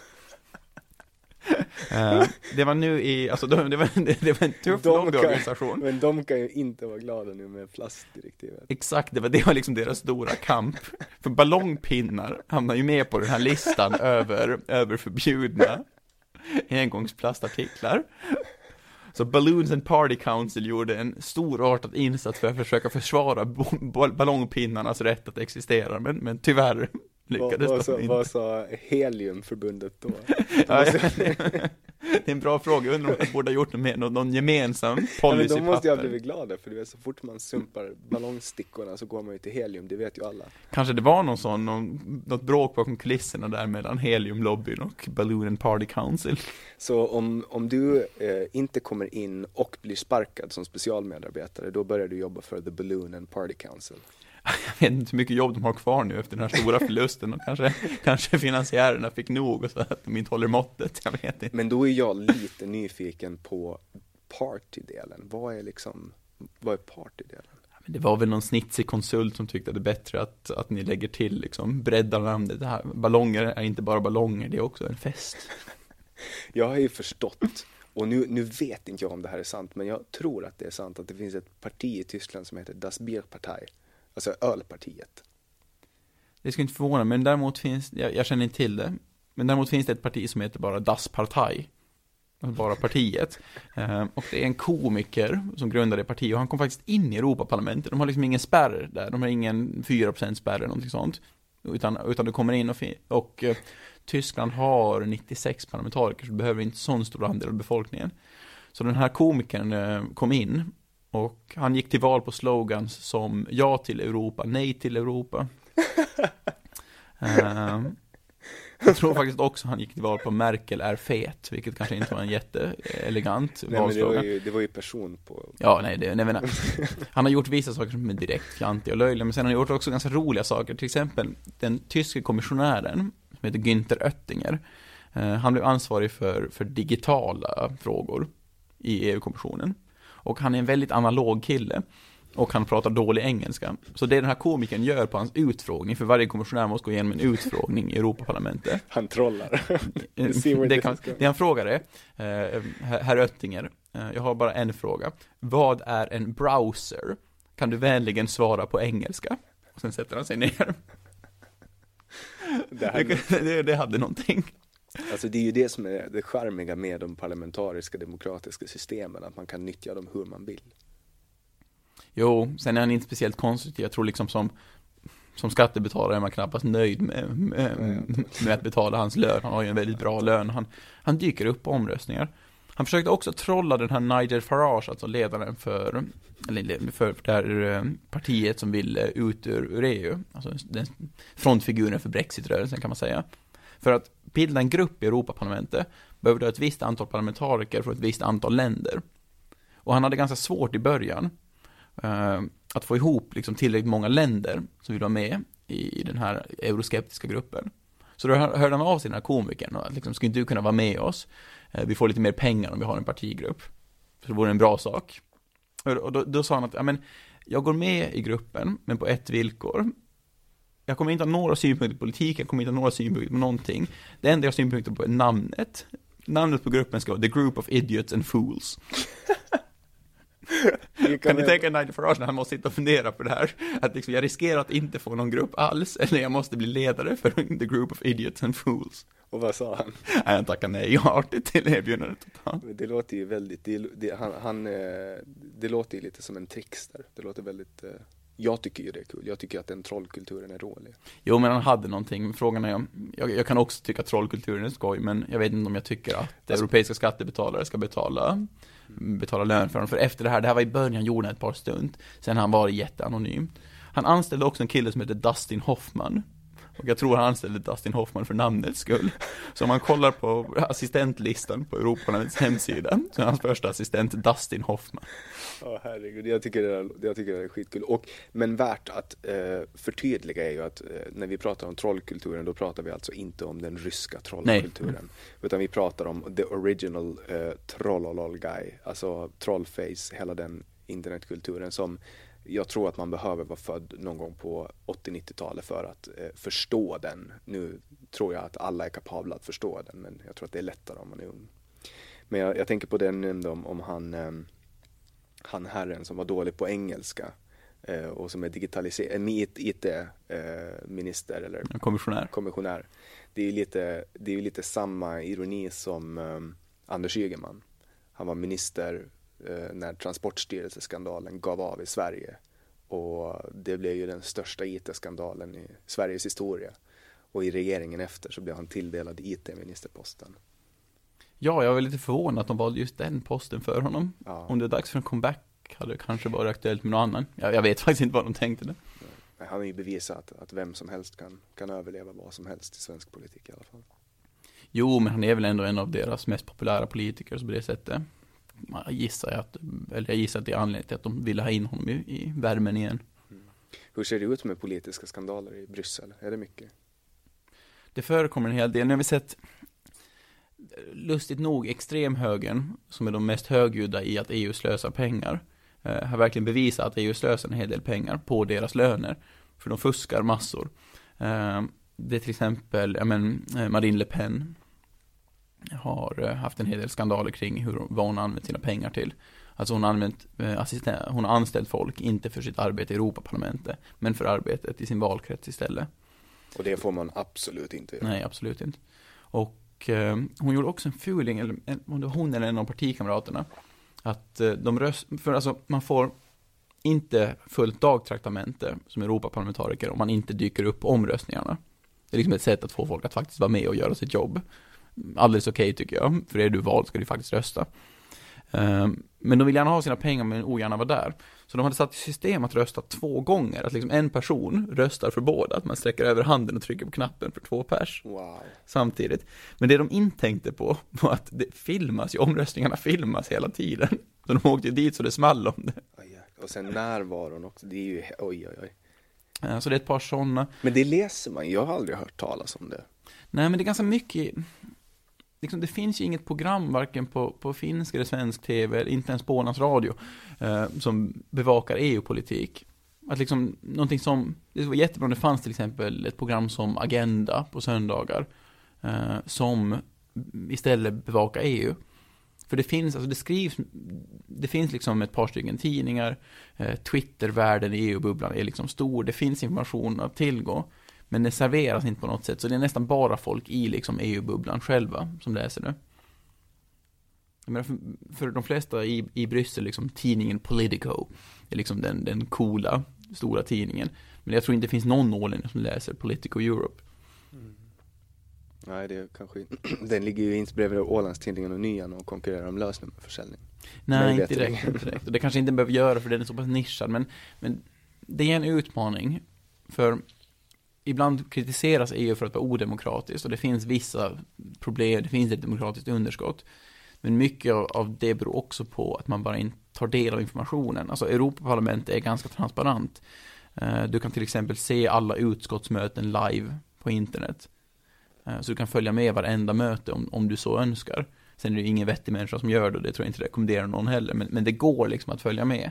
Det var nu det var en tuff lobbyorganisation. Men de kan ju inte vara glada nu med plastdirektivet. Exakt, det var liksom deras stora kamp. För ballongpinnar hamnar ju med på den här listan över förbjudna engångsplastartiklar. Så Balloons and Party Council gjorde en storartad insats för att försöka försvara ballongpinnarnas rätt att existera, men tyvärr lyckades de inte. Vad sa Heliumförbundet då? Det är en bra fråga. Jag undrar om jag borde ha gjort någon gemensam policypapper. Då måste jag bli glad, för du vet, så fort man sumpar ballongstickorna så går man ju till helium, det vet ju alla. Kanske det var något bråk bakom kulisserna där mellan heliumlobbyn och Balloon and Party Council. Så om du inte kommer in och blir sparkad som specialmedarbetare, då börjar du jobba för The Balloon and Party Council. Jag vet inte hur mycket jobb de har kvar nu efter den här stora förlusten, och kanske finansiärerna fick nog och så att de inte håller måttet, jag vet inte. Men då är jag lite nyfiken på partydelen. Vad är partydelen? Men det var väl någon snitsig konsult som tyckte att det är bättre att ni lägger till breddar namnet. Det här, ballonger är inte bara ballonger, det är också en fest. Jag har ju förstått, och nu vet inte jag om det här är sant, men jag tror att det är sant, att det finns ett parti i Tyskland som heter Das Bierpartei. Alltså ölpartiet. Det skulle inte förvåna, men däremot finns, jag känner inte till det, men däremot finns det ett parti som heter bara Das Partei, bara partiet. Och det är en komiker som grundade det partiet, och han kom faktiskt in i Europaparlamentet. De har liksom ingen spärr där, de har ingen 4% spärr eller någonting sånt, utan du kommer in och Tyskland har 96 parlamentariker, så du behöver inte sån stor andel av befolkningen. Så den här komikern kom in, och han gick till val på slogans som ja till Europa, nej till Europa. Jag tror faktiskt också han gick till val på Merkel är fet, vilket kanske inte var en jätteelegant valslogan. Det var ju person på... Ja, han har gjort vissa saker som är direkt klantiga och löjliga, men sen har han gjort också ganska roliga saker. Till exempel den tyske kommissionären som heter Günther Oettinger. Han blev ansvarig för digitala frågor i EU-kommissionen. Och han är en väldigt analog kille. Och han pratar dålig engelska. Så det den här komikern gör på hans utfrågning, för varje kommissionär måste gå igenom en utfrågning i Europaparlamentet. Han trollar. Det han frågar är, herr Oettinger, jag har bara en fråga. Vad är en browser? Kan du vänligen svara på engelska? Och sen sätter han sig ner. Det hade någonting. Alltså det är ju det som är det charmiga med de parlamentariska demokratiska systemen, att man kan nyttja dem hur man vill. Jo, sen är han inte speciellt konstruktiv. Jag tror liksom som skattebetalare är man knappast nöjd med att betala hans lön. Han har ju en väldigt bra lön. Han dyker upp på omröstningar. Han försökte också trolla den här Nigel Farage, alltså ledaren för det här partiet som vill ut ur EU. Alltså den frontfiguren för Brexit-rörelsen kan man säga. För att bilda en grupp i Europaparlamentet behöver du ett visst antal parlamentariker från ett visst antal länder. Och han hade ganska svårt i början att få ihop liksom tillräckligt många länder som vill vara med i den här euroskeptiska gruppen. Så då hörde han av sig den här komikern och liksom, skulle inte du kunna vara med oss? Vi får lite mer pengar om vi har en partigrupp. Så det vore en bra sak. Och då sa han att jag går med i gruppen, men på ett villkor. Jag kommer inte ha några synpunkter på politik, jag kommer inte ha några synpunkter på någonting. Det enda jag har synpunkter på är namnet. Namnet på gruppen ska vara The Group of Idiots and Fools. Kan ni tänka Nigel Farage när han måste sitta och fundera på det här? Att liksom, jag riskerar att inte få någon grupp alls, eller jag måste bli ledare för The Group of Idiots and Fools. Och vad sa han? Nej, han tackar nej, jag har artigt till erbjudandet. Det låter ju väldigt, det låter ju lite som en trickster. Det låter väldigt... Jag tycker ju det är kul. Jag tycker att den trollkulturen är rolig. Jo, men han hade någonting. Frågan är jag kan också tycka att trollkulturen är skoj, men jag vet inte om jag tycker att europeiska skattebetalare ska betala lön för honom. För efter det här var i början, gjorde han ett par stund. Sen han var jätteanonym. Han anställde också en kille som heter Dustin Hoffman. Och jag tror han anställde Dustin Hoffman för namnets skull. Så om man kollar på assistentlistan på Europaparlamentets hemsida, så är hans första assistent Dustin Hoffman. Herregud, jag tycker det är skitkul. Men värt att förtydliga är ju att när vi pratar om trollkulturen, då pratar vi alltså inte om den ryska trollkulturen. Utan vi pratar om the original trollolol guy, alltså trollface, hela den internetkulturen som jag tror att man behöver vara född någon gång på 80-90-talet för att förstå den. Nu tror jag att alla är kapabla att förstå den, men jag tror att det är lättare om man är ung. Men jag tänker på den om han herren som var dålig på engelska och som är IT-minister eller kommissionär. Det är lite samma ironi som Anders Ygeman. Han var minister när Transportstyrelseskandalen gav av i Sverige, och det blev ju den största IT-skandalen i Sveriges historia, och i regeringen efter så blev han tilldelad IT-ministerposten. Ja, jag var lite förvånad att de valde just den posten för honom. Ja. Om det är dags för en comeback hade det kanske varit aktuellt med någon annan. Jag vet faktiskt inte vad de tänkte det. Han har ju bevisat att vem som helst kan överleva vad som helst i svensk politik i alla fall. Jo, men han är väl ändå en av deras mest populära politiker så på det sättet. Jag gissar att det är anledningen till att de ville ha in honom i värmen igen. Hur ser det ut med politiska skandaler i Bryssel? Är det mycket? Det förekommer en hel del. Nu har vi sett, lustigt nog, extremhögern, som är de mest högljudda i att EU slösar pengar, har verkligen bevisat att EU slösar en hel del pengar på deras löner. För de fuskar massor. Det är till exempel, Marine Le Pen har haft en hel del skandaler kring vad hon har använt sina pengar till. Alltså hon har anställt folk, inte för sitt arbete i Europaparlamentet, men för arbetet i sin valkrets istället. Och det får man absolut inte göra. Nej, absolut inte. Och hon gjorde också en fuling, eller hon eller en av partikamraterna, att man får inte fullt dagtraktamente som Europaparlamentariker om man inte dyker upp på omröstningarna. Det är liksom ett sätt att få folk att faktiskt vara med och göra sitt jobb. Alldeles okej tycker jag, för är du vald ska du faktiskt rösta. Men de vill gärna ha sina pengar men ogärna vara där. Så de hade satt i system att rösta 2 gånger. Att liksom en person röstar för båda. Att man sträcker över handen och trycker på knappen för 2 pers. Wow. Samtidigt. Men det de intänkte på var att det filmas, omröstningarna filmas hela tiden. Så de åkte dit så det small om det. Och sen närvaron också, det är ju oj. Så det är ett par sådana. Men det läser man, jag har aldrig hört talas om det. Nej, men det är ganska mycket. Liksom, det finns ju inget program varken på finsk eller svensk tv eller inte ens på Ålands radio som bevakar EU-politik. Att liksom, någonting som, det var jättebra om det fanns till exempel ett program som Agenda på söndagar som istället bevakar EU. För det finns, det finns liksom ett par stycken tidningar, Twitter-världen i EU-bubblan är liksom stor, det finns information att tillgå. Men det serveras inte på något sätt. Så det är nästan bara folk i liksom EU-bubblan själva som läser det. Jag menar, för de flesta i Bryssel, liksom, tidningen Politico är liksom den coola, stora tidningen. Men jag tror inte det finns någon ålänning som läser Politico Europe. Nej, det är kanske, den ligger ju inte bredvid Ålandstidningen och Nyan och konkurrerar om lösnummerförsäljning. Nej, inte direkt. Och det kanske inte behöver göra för den är så pass nischad. Men det är en utmaning. För ibland kritiseras EU för att vara odemokratiskt och det finns vissa problem, det finns ett demokratiskt underskott. Men mycket av det beror också på att man bara inte tar del av informationen. Alltså Europaparlamentet är ganska transparent. Du kan till exempel se alla utskottsmöten live på internet. Så du kan följa med varenda möte om du så önskar. Sen är det ingen vettig människa som gör det och det tror jag inte rekommenderar någon heller. Men det går liksom att följa med.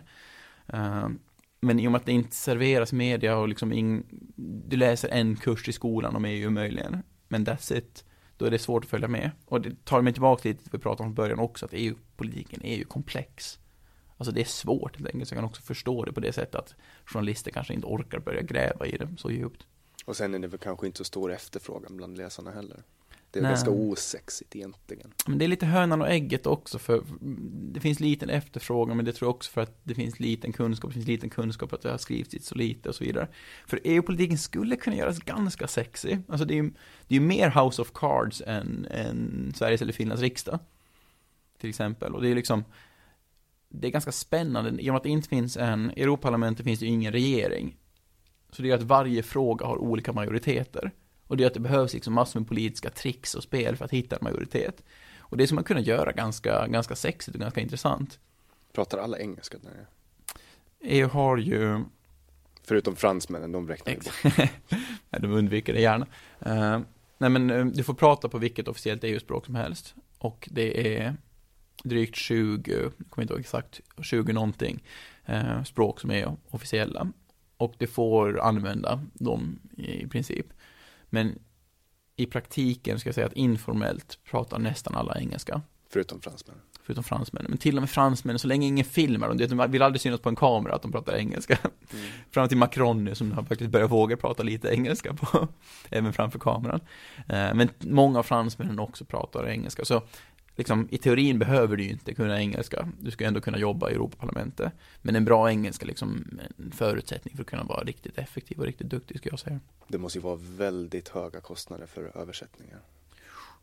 Men i och med att det inte serveras media och liksom du läser en kurs i skolan om EU möjligen, men that's it, då är det svårt att följa med. Och det tar mig tillbaka lite till vi pratade om början också, att EU-politiken är ju komplex. Alltså det är svårt helt enkelt, så jag kan också förstå det på det sättet att journalister kanske inte orkar börja gräva i det så djupt. Och sen är det väl kanske inte så stor efterfrågan bland läsarna heller. Det är ganska osexigt egentligen. Men det är lite hönan och ägget också, för det finns liten efterfrågan, men det tror jag också för att det finns liten kunskap att det har skrivits så lite och så vidare. För EU-politiken skulle kunna göras ganska sexy. Alltså det är ju mer House of Cards än Sveriges eller Finlands riksdag till exempel. Och det är liksom, det är ganska spännande. I och med att det inte finns Europaparlamentet finns det ju ingen regering. Så det är att varje fråga har olika majoriteter. Och det är att det behövs liksom massor med politiska tricks och spel för att hitta en majoritet. Och det är som man kunna göra ganska sexigt och ganska intressant. Pratar alla engelska där? EU har ju... Förutom fransmännen, de räknar ju bort. Nej, de undviker det gärna. Nej, men du får prata på vilket officiellt EU-språk som helst. Och det är drygt 20, jag kommer inte ihåg exakt, 20 någonting språk som är officiella. Och det får använda dem i princip. Men i praktiken ska jag säga att informellt pratar nästan alla engelska. Förutom fransmännen. Men till och med fransmännen, så länge ingen filmar dem. De vill aldrig synas på en kamera att de pratar engelska. Fram till Macron som har faktiskt börjat våga prata lite engelska på, även framför kameran. Men många av fransmännen också pratar engelska. Så liksom, i teorin behöver du ju inte kunna engelska. Du ska ändå kunna jobba i Europaparlamentet. Men en bra engelska är liksom en förutsättning för att kunna vara riktigt effektiv och riktigt duktig, ska jag säga. Det måste ju vara väldigt höga kostnader för översättningar.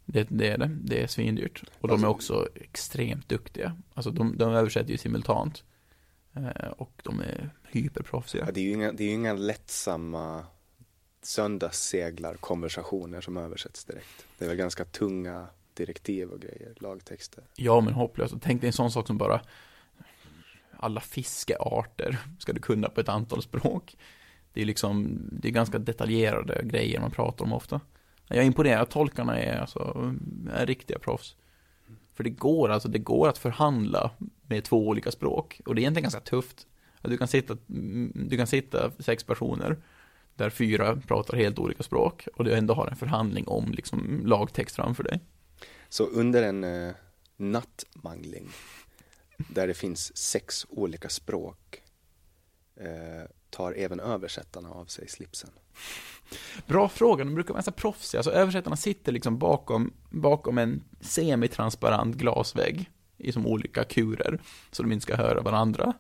Det är det. Det är svindyrt. Och de är också extremt duktiga. Alltså de översätter ju simultant. Och de är hyperproffsiga. Ja, det är ju inga lättsamma söndagsseglar-konversationer som översätts direkt. Det är väl ganska tunga direktiv och grejer, lagtexter. Ja, men hopplöst. Tänk dig en sån sak som bara alla fiskearter ska du kunna på ett antal språk. Det är ganska detaljerade grejer man pratar om ofta. Jag är imponerad. Tolkarna är riktiga proffs. För det går att förhandla med 2 olika språk. Och det är egentligen ganska tufft. Du kan sitta 6 personer där 4 pratar helt olika språk. Och du ändå har en förhandling om liksom lagtext framför dig. Så under en nattmangling där det finns 6 olika språk tar även översättarna av sig slipsen? Bra fråga, de brukar vara så proffsiga. Alltså översättarna sitter liksom bakom en semitransparent glasvägg i som olika kurer så de inte ska höra varandra.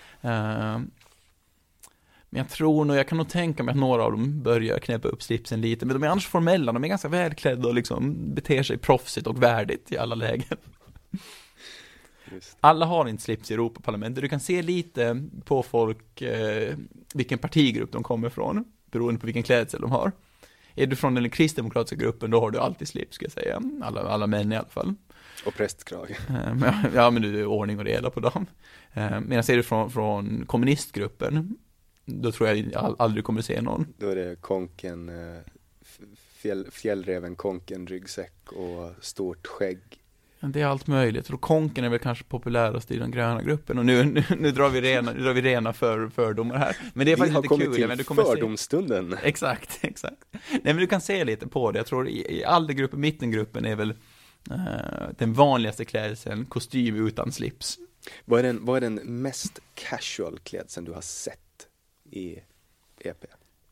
Men jag kan nog tänka mig att några av dem börjar knäppa upp slipsen lite, men de är annars formella, de är ganska välklädda och liksom beter sig proffsigt och värdigt i alla lägen. Just. Alla har inte slips i Europaparlamentet. Du kan se lite på folk vilken partigrupp de kommer från, beroende på vilken klädsel de har. Är du från den kristdemokratiska gruppen, då har du alltid slips, ska jag säga. Alla män i alla fall. Och prästkrage. Ja, men du är ordning och reda på dem. Medan ser du från kommunistgruppen, då tror jag aldrig kommer se någon. Då är det konken, fjällreven, konken, ryggsäck och stort skägg. Det är allt möjligt. Och konken är väl kanske populärast i den gröna gruppen. Och nu drar vi rena fördomar här. Men det är faktiskt lite kul. Men du kommer fördomsstunden. Se... Exakt. Nej, men du kan se lite på det. Jag tror i aldergruppen, mittengruppen är väl den vanligaste klädseln kostym utan slips. Vad är den mest casual klädseln du har sett i EP?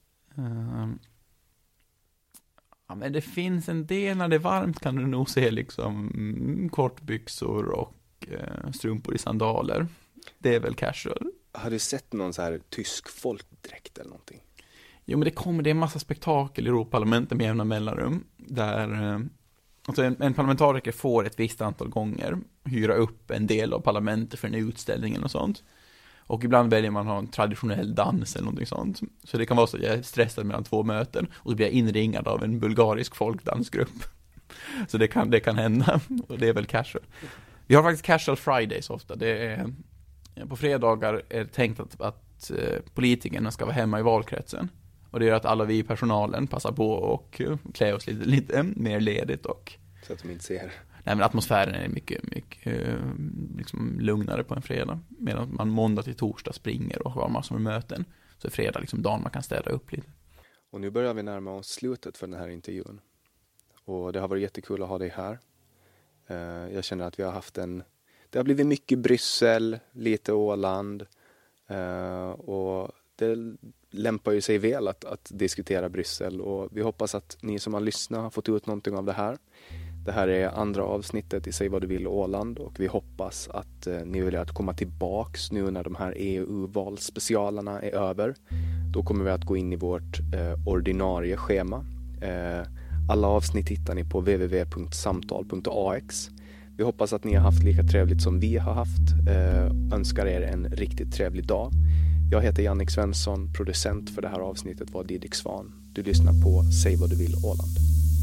Ja, men det finns en del. När det är varmt kan du nog se liksom kortbyxor och strumpor i sandaler. Det är väl casual. Har du sett någon så här tysk folkdräkt eller någonting? Jo, men det är en massa spektakel i Europaparlamentet med jämna mellanrum. Där alltså en parlamentariker får ett visst antal gånger hyra upp en del av parlamentet för en utställning eller något sånt. Och ibland väljer man att ha en traditionell dans eller någonting sånt. Så det kan vara så att jag är stressad mellan 2 möten och så blir jag inringad av en bulgarisk folkdansgrupp. Så det kan hända, och det är väl casual. Vi har faktiskt casual Fridays ofta. Det är, på fredagar är det tänkt att politikerna ska vara hemma i valkretsen. Och det gör att alla vi i personalen passar på och klä oss lite mer ledigt. Så att de inte ser. Nej, men atmosfären är mycket liksom lugnare på en fredag. Medan man måndag till torsdag springer och har massor med möten. Så är fredag liksom dagen man kan städa upp lite. Och nu börjar vi närma oss slutet för den här intervjun. Och det har varit jättekul att ha dig här. Jag känner att vi har haft det har blivit mycket Bryssel, lite Åland. Och det lämpar ju sig väl att diskutera Bryssel. Och vi hoppas att ni som har lyssnat har fått ut någonting av det här. Det här är andra avsnittet i Säg vad du vill Åland, och vi hoppas att ni vill att komma tillbaks nu när de här EU-valspecialerna är över. Då kommer vi att gå in i vårt ordinarie schema. Alla avsnitt hittar ni på www.samtal.ax. Vi hoppas att ni har haft lika trevligt som vi har haft. Önskar er en riktigt trevlig dag. Jag heter Jannik Svensson, producent för det här avsnittet var Didrik Svan. Du lyssnar på Säg vad du vill Åland.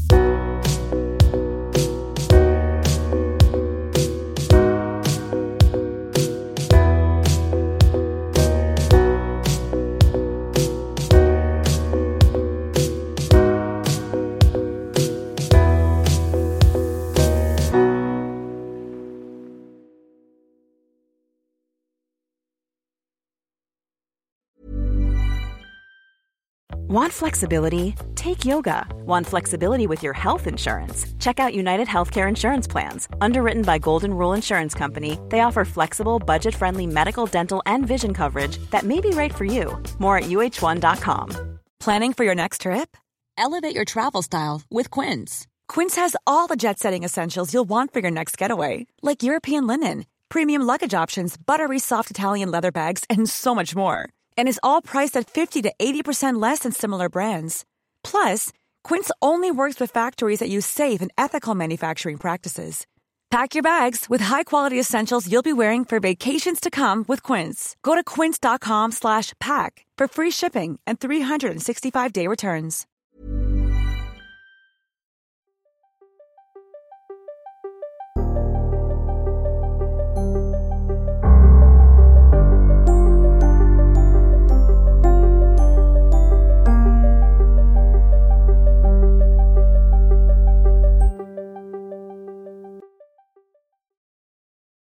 Want flexibility? Take yoga. Want flexibility with your health insurance? Check out United Healthcare Insurance Plans. Underwritten by Golden Rule Insurance Company, they offer flexible, budget-friendly medical, dental, and vision coverage that may be right for you. More at uh1.com. Planning for your next trip? Elevate your travel style with Quince. Quince has all the jet-setting essentials you'll want for your next getaway, like European linen, premium luggage options, buttery soft Italian leather bags, and so much more. And is all priced at 50 to 80% less than similar brands. Plus, Quince only works with factories that use safe and ethical manufacturing practices. Pack your bags with high-quality essentials you'll be wearing for vacations to come with Quince. Go to quince.com/pack for free shipping and 365-day returns.